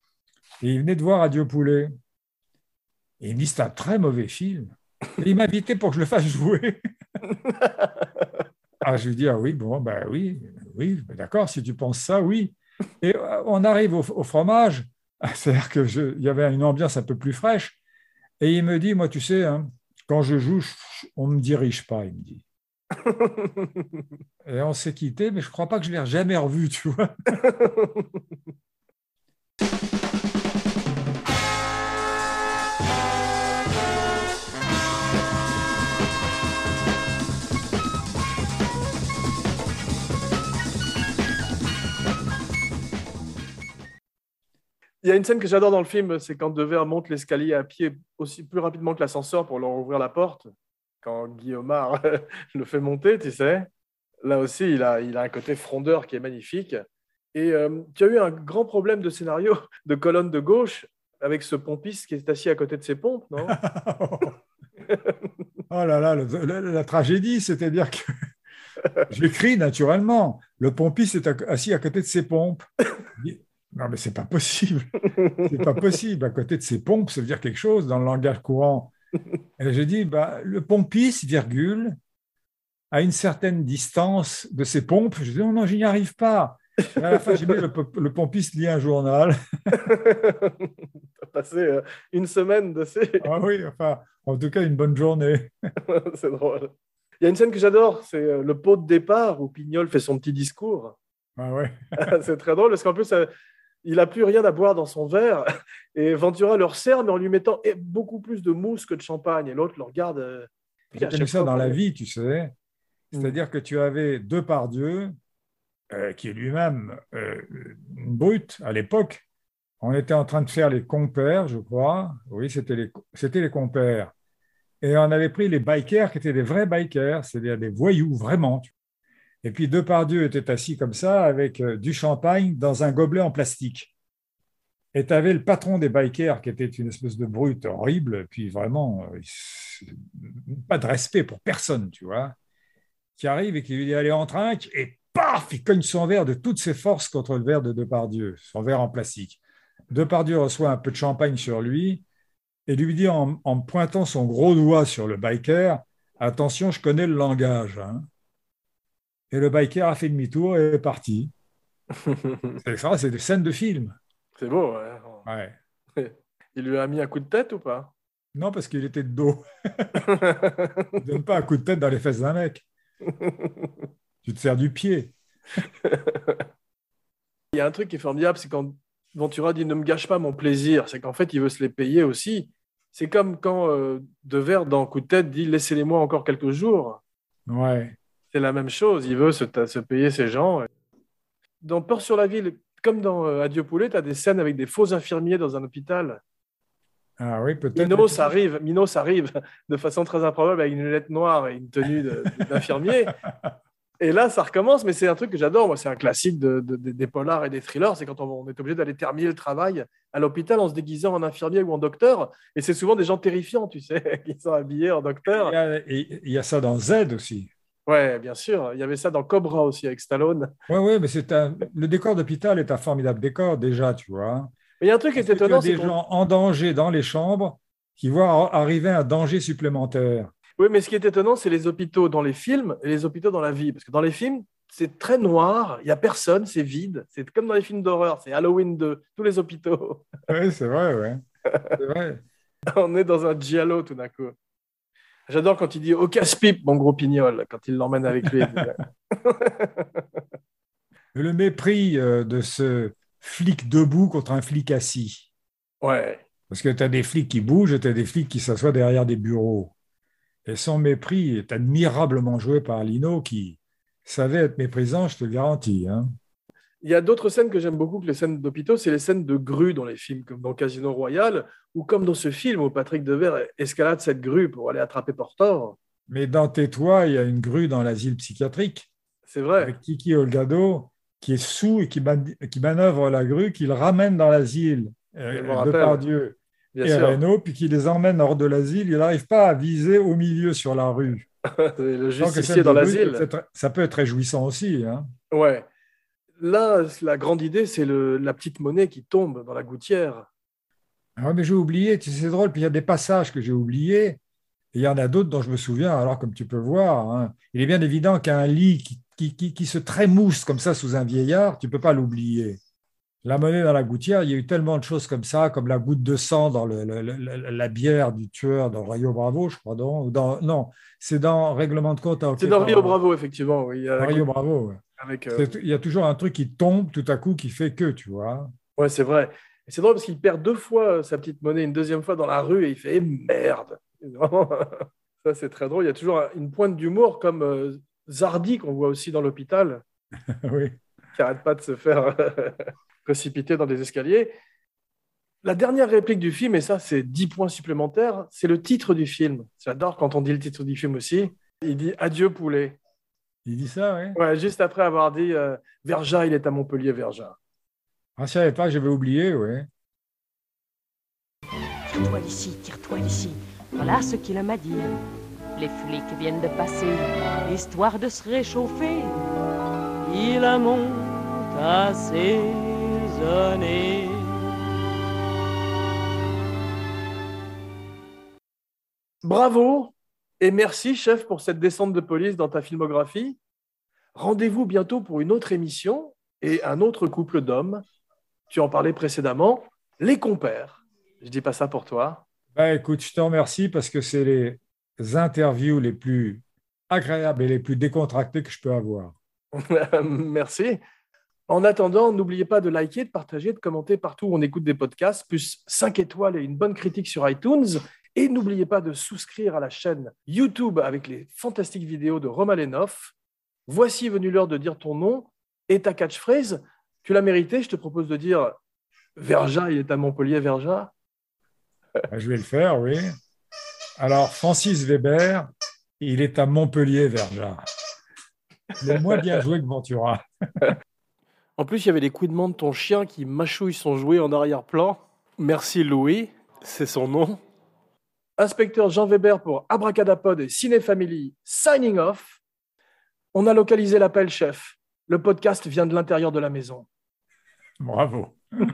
et il venait de voir Adieu Poulet. Et il me dit, c'est un très mauvais film. Et il m'a invité pour que je le fasse jouer. Ah, je lui dis, ah oui, bon, ben oui, oui, ben d'accord, si tu penses ça, oui. Et euh, on arrive au, au fromage, c'est-à-dire qu'il y avait une ambiance un peu plus fraîche. Et il me dit, moi, tu sais, hein, quand je joue, je- on ne me dirige pas, il me dit. Et on s'est quitté, mais je ne crois pas que je ne l'ai jamais revu, tu vois. Il y a une scène que j'adore dans le film, c'est quand Devers monte l'escalier à pied aussi plus rapidement que l'ascenseur pour leur ouvrir la porte. Quand Guillaumard le fait monter, tu sais. Là aussi, il a, il a un côté frondeur qui est magnifique. Et euh, tu as eu un grand problème de scénario de colonne de gauche avec ce pompiste qui est assis à côté de ses pompes, non? Oh là là, le- la, la tragédie, c'est-à-dire que j'écris naturellement. Le pompiste est à- assis à côté de ses pompes. Je dis, non, mais c'est pas possible. C'est pas possible. À côté de ses pompes, ça veut dire quelque chose dans le langage courant. Et j'ai dit, bah, le pompiste, virgule, à une certaine distance de ses pompes. Je dis, non, non, je n'y arrive pas. Et à la fin, j'ai mis le, po- le pompiste lit un journal. Tu as passé euh, une semaine dessus. Ah oui, enfin, en tout cas, une bonne journée. C'est drôle. Il y a une scène que j'adore, c'est euh, le pot de départ où Pignol fait son petit discours. Ah ouais. C'est très drôle parce qu'en plus, euh, il n'a plus rien à boire dans son verre. Et Ventura leur sert, mais en lui mettant eh, beaucoup plus de mousse que de champagne. Et l'autre le regarde. euh, puis J'ai à connu chaque ça fois, dans quand- la vie, tu sais. Mm. C'est-à-dire que tu avais Depardieu, euh, qui est lui-même euh, une brute à l'époque. On était en train de faire les compères, je crois. Oui, c'était les, c'était les compères. Et on avait pris les bikers qui étaient des vrais bikers, c'est-à-dire des voyous, vraiment. Et puis Depardieu était assis comme ça avec euh, du champagne dans un gobelet en plastique. Et tu avais le patron des bikers qui était une espèce de brute horrible, puis vraiment, euh, il- pas de respect pour personne, tu vois, qui arrive et qui lui dit allez, en trinque, et paf, il cogne son verre de toutes ses forces contre le verre de Depardieu, son verre en plastique. Depardieu reçoit un peu de champagne sur lui et lui dit en, en pointant son gros doigt sur le biker, attention, je connais le langage, hein. Et le biker a fait demi-tour et est parti. C'est ça, c'est des scènes de film. C'est beau, ouais. Ouais. Il lui a mis un coup de tête ou pas? Non, parce qu'il était de dos. Tu ne donnes pas un coup de tête dans les fesses d'un mec. Tu te sers du pied. Il y a un truc qui est formidable, c'est quand Ventura dit ne me gâche pas mon plaisir, c'est qu'en fait il veut se les payer aussi. C'est comme quand euh, Devers dans Coup de tête dit laissez-les-moi encore quelques jours. Ouais. C'est la même chose, il veut se, ta- se payer ses gens. Dans Peur sur la ville, comme dans euh, Adieu poulet, tu as des scènes avec des faux infirmiers dans un hôpital. Ah oui, peut-être. Minos arrive, Minos arrive de façon très improbable avec une lunette noire et une tenue de- d'infirmier. Et là, ça recommence, mais c'est un truc que j'adore. Moi, c'est un classique de- de- de- des polars et des thrillers. C'est quand on, on est obligé d'aller terminer le travail à l'hôpital en se déguisant en infirmier ou en docteur. Et c'est souvent des gens terrifiants, tu sais, qui sont habillés en Il docteur. y a, et- il y a ça dans Z aussi. Ouais, bien sûr. Il y avait ça dans Cobra aussi avec Stallone. Oui, oui, mais c'est un, le décor d'hôpital est un formidable décor déjà, tu vois. Mais il y a un truc qui Parce est que tu as étonnant, c'est des qu'on... gens en danger dans les chambres qui voient arriver un danger supplémentaire. Oui, mais ce qui est étonnant, c'est les hôpitaux dans les films et les hôpitaux dans la vie. Parce que dans les films, c'est très noir, il n'y a personne, c'est vide. C'est comme dans les films d'horreur, c'est Halloween deux, tous les hôpitaux. Oui, c'est vrai, ouais. C'est vrai. On est dans un giallo tout d'un coup. J'adore quand il dit au casse-pipe, mon gros pignol, quand il l'emmène avec lui. Le mépris euh, de ce flic debout contre un flic assis. Ouais, Parce que tu as des flics qui bougent et tu as des flics qui s'assoient derrière des bureaux. Et son mépris est admirablement joué par Lino qui savait être méprisant, je te le garantis, hein. il y a d'autres scènes que j'aime beaucoup que les scènes d'hôpitaux, c'est les scènes de grue dans les films, comme dans Casino Royale, ou comme dans ce film où Patrick Devers escalade cette grue pour aller attraper Portor. Mais dans Tais-toi, il y a une grue dans l'asile psychiatrique C'est vrai. avec Kiki Olgado qui est sous et qui, man- qui manœuvre la grue, qui le ramène dans l'asile, Je euh, me rappelle. Depardieu Bien et sûr. Reynaud, puis qui les emmène hors de l'asile. Il n'arrive pas à viser au milieu sur la rue. Le Donc, justicier scène dans de grue, l'asile. ça peut être- ça peut être réjouissant aussi, hein. Ouais. Là, la grande idée, c'est le- la petite monnaie qui tombe dans la gouttière. Ah, mais j'ai oublié, tu sais, c'est drôle, puis il y a des passages que j'ai oubliés, et il y en a d'autres dont je me souviens, alors comme tu peux voir, hein, il est bien évident qu'un lit qui, qui, qui, qui se trémousse comme ça sous un vieillard, tu ne peux pas l'oublier. La monnaie dans la gouttière, il y a eu tellement de choses comme ça, comme la goutte de sang dans le- le- le- la bière du tueur dans Rio Bravo, je crois, non, ou dans, non, c'est dans Règlement de compte à C'est Hockey dans par- Rio Bravo, effectivement. Oui. Il y a la Rio goutte Bravo, ouais. avec, euh, C'est- Il y a toujours un truc qui tombe tout à coup qui fait que, tu vois. Ouais, c'est vrai. Et c'est drôle parce qu'il perd deux fois euh, sa petite monnaie, une deuxième fois dans la rue, et il fait eh, merde. Vraiment, ça, c'est très drôle. Il y a toujours une pointe d'humour comme euh, Zardy, qu'on voit aussi dans l'hôpital, Oui. qui n'arrête pas de se faire précipiter dans des escaliers. La dernière réplique du film, et ça, c'est dix points supplémentaires, c'est le titre du film. J'adore quand on dit le titre du film aussi. Il dit Adieu poulet. Il dit ça, oui. Ouais, juste après avoir dit euh, Verja, il est à Montpellier, Verja. Ah, je savais pas, j'avais oublié, oui. Tire-toi d'ici, tire-toi d'ici. Voilà ce qu'il m'a dit. Les flics viennent de passer, histoire de se réchauffer. Il monte assaisonné. Bravo et merci, chef, pour cette descente de police dans ta filmographie. Rendez-vous bientôt pour une autre émission et un autre couple d'hommes. Tu en parlais précédemment, les compères. Je dis pas ça pour toi. Bah, écoute, je te remercie parce que c'est les interviews les plus agréables et les plus décontractées que je peux avoir. Merci. En attendant, n'oubliez pas de liker, de partager, de commenter partout où on écoute des podcasts, plus cinq étoiles et une bonne critique sur iTunes. Et n'oubliez pas de souscrire à la chaîne YouTube avec les fantastiques vidéos de Romain Lenoff. Voici venu l'heure de dire ton nom et ta catchphrase. Tu l'as mérité, je te propose de dire Verja, il est à Montpellier, Verja. Je vais le faire, oui. Alors, Francis Weber, il est à Montpellier, Verja. Il est moins bien joué que Ventura. En plus, il y avait les coups de main de ton chien qui mâchouille son jouet en arrière-plan. Merci Louis, c'est son nom. Inspecteur Jean Weber pour Abracadapod et Ciné Family, signing off. On a localisé l'appel, chef. Le podcast vient de l'intérieur de la maison. Bravo.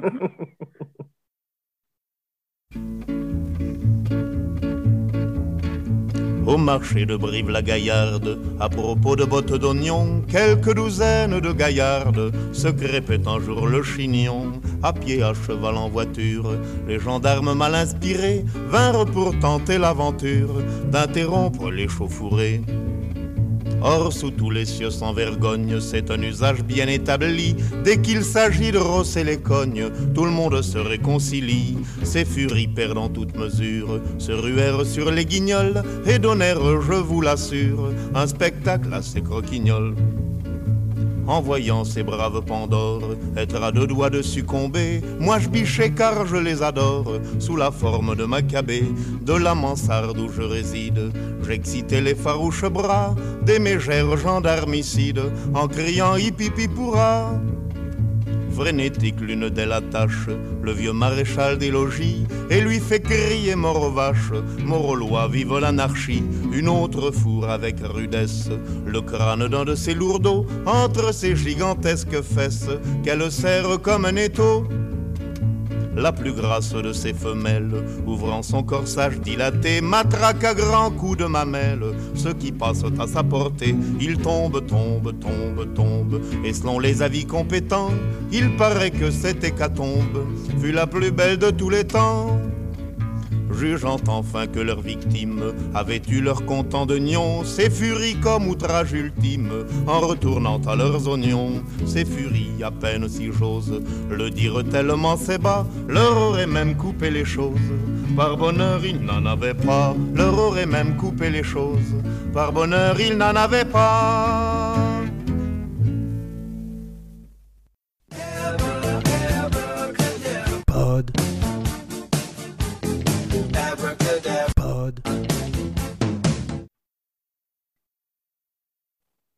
Au marché de Brive-la-Gaillarde, à propos de bottes d'oignons, quelques douzaines de gaillardes se crêpaient un jour le chignon. À pied, à cheval, en voiture, les gendarmes mal inspirés vinrent pour tenter l'aventure d'interrompre l'échauffourée. Or, sous tous les cieux sans vergogne, c'est un usage bien établi. Dès qu'il s'agit de rosser les cognes, tout le monde se réconcilie. Ces furies perdant toute mesure se ruèrent sur les guignols et donnèrent, je vous l'assure, un spectacle assez croquignol. En voyant ces braves Pandores être à deux doigts de succomber, moi je bichais car je les adore, sous la forme de Maccabée, de la mansarde où je réside. J'excitais les farouches bras des mégères gendarmicides, en criant hip-hip-hip-hourra. Frénétique, l'une d'elles attache le vieux maréchal des logis et lui fait crier mort aux vaches, mort aux lois, vive l'anarchie. Une autre fourre avec rudesse le crâne d'un de ses lourdeaux entre ses gigantesques fesses qu'elle serre comme un étau. La plus grasse de ses femelles, ouvrant son corsage dilaté, matraque à grands coups de mamelle ceux qui passent à sa portée. Il tombe, tombe, tombe, tombe, et selon les avis compétents, il paraît que cette hécatombe fut la plus belle de tous les temps. Jugeant enfin que leurs victimes avaient eu leur content de nions, ces furies comme outrage ultime, en retournant à leurs oignons, ces furies, à peine si j'ose le dire tellement c'est bas, leur auraient même coupé les choses. Par bonheur, ils n'en avaient pas, leur auraient même coupé les choses. Par bonheur, ils n'en avaient pas.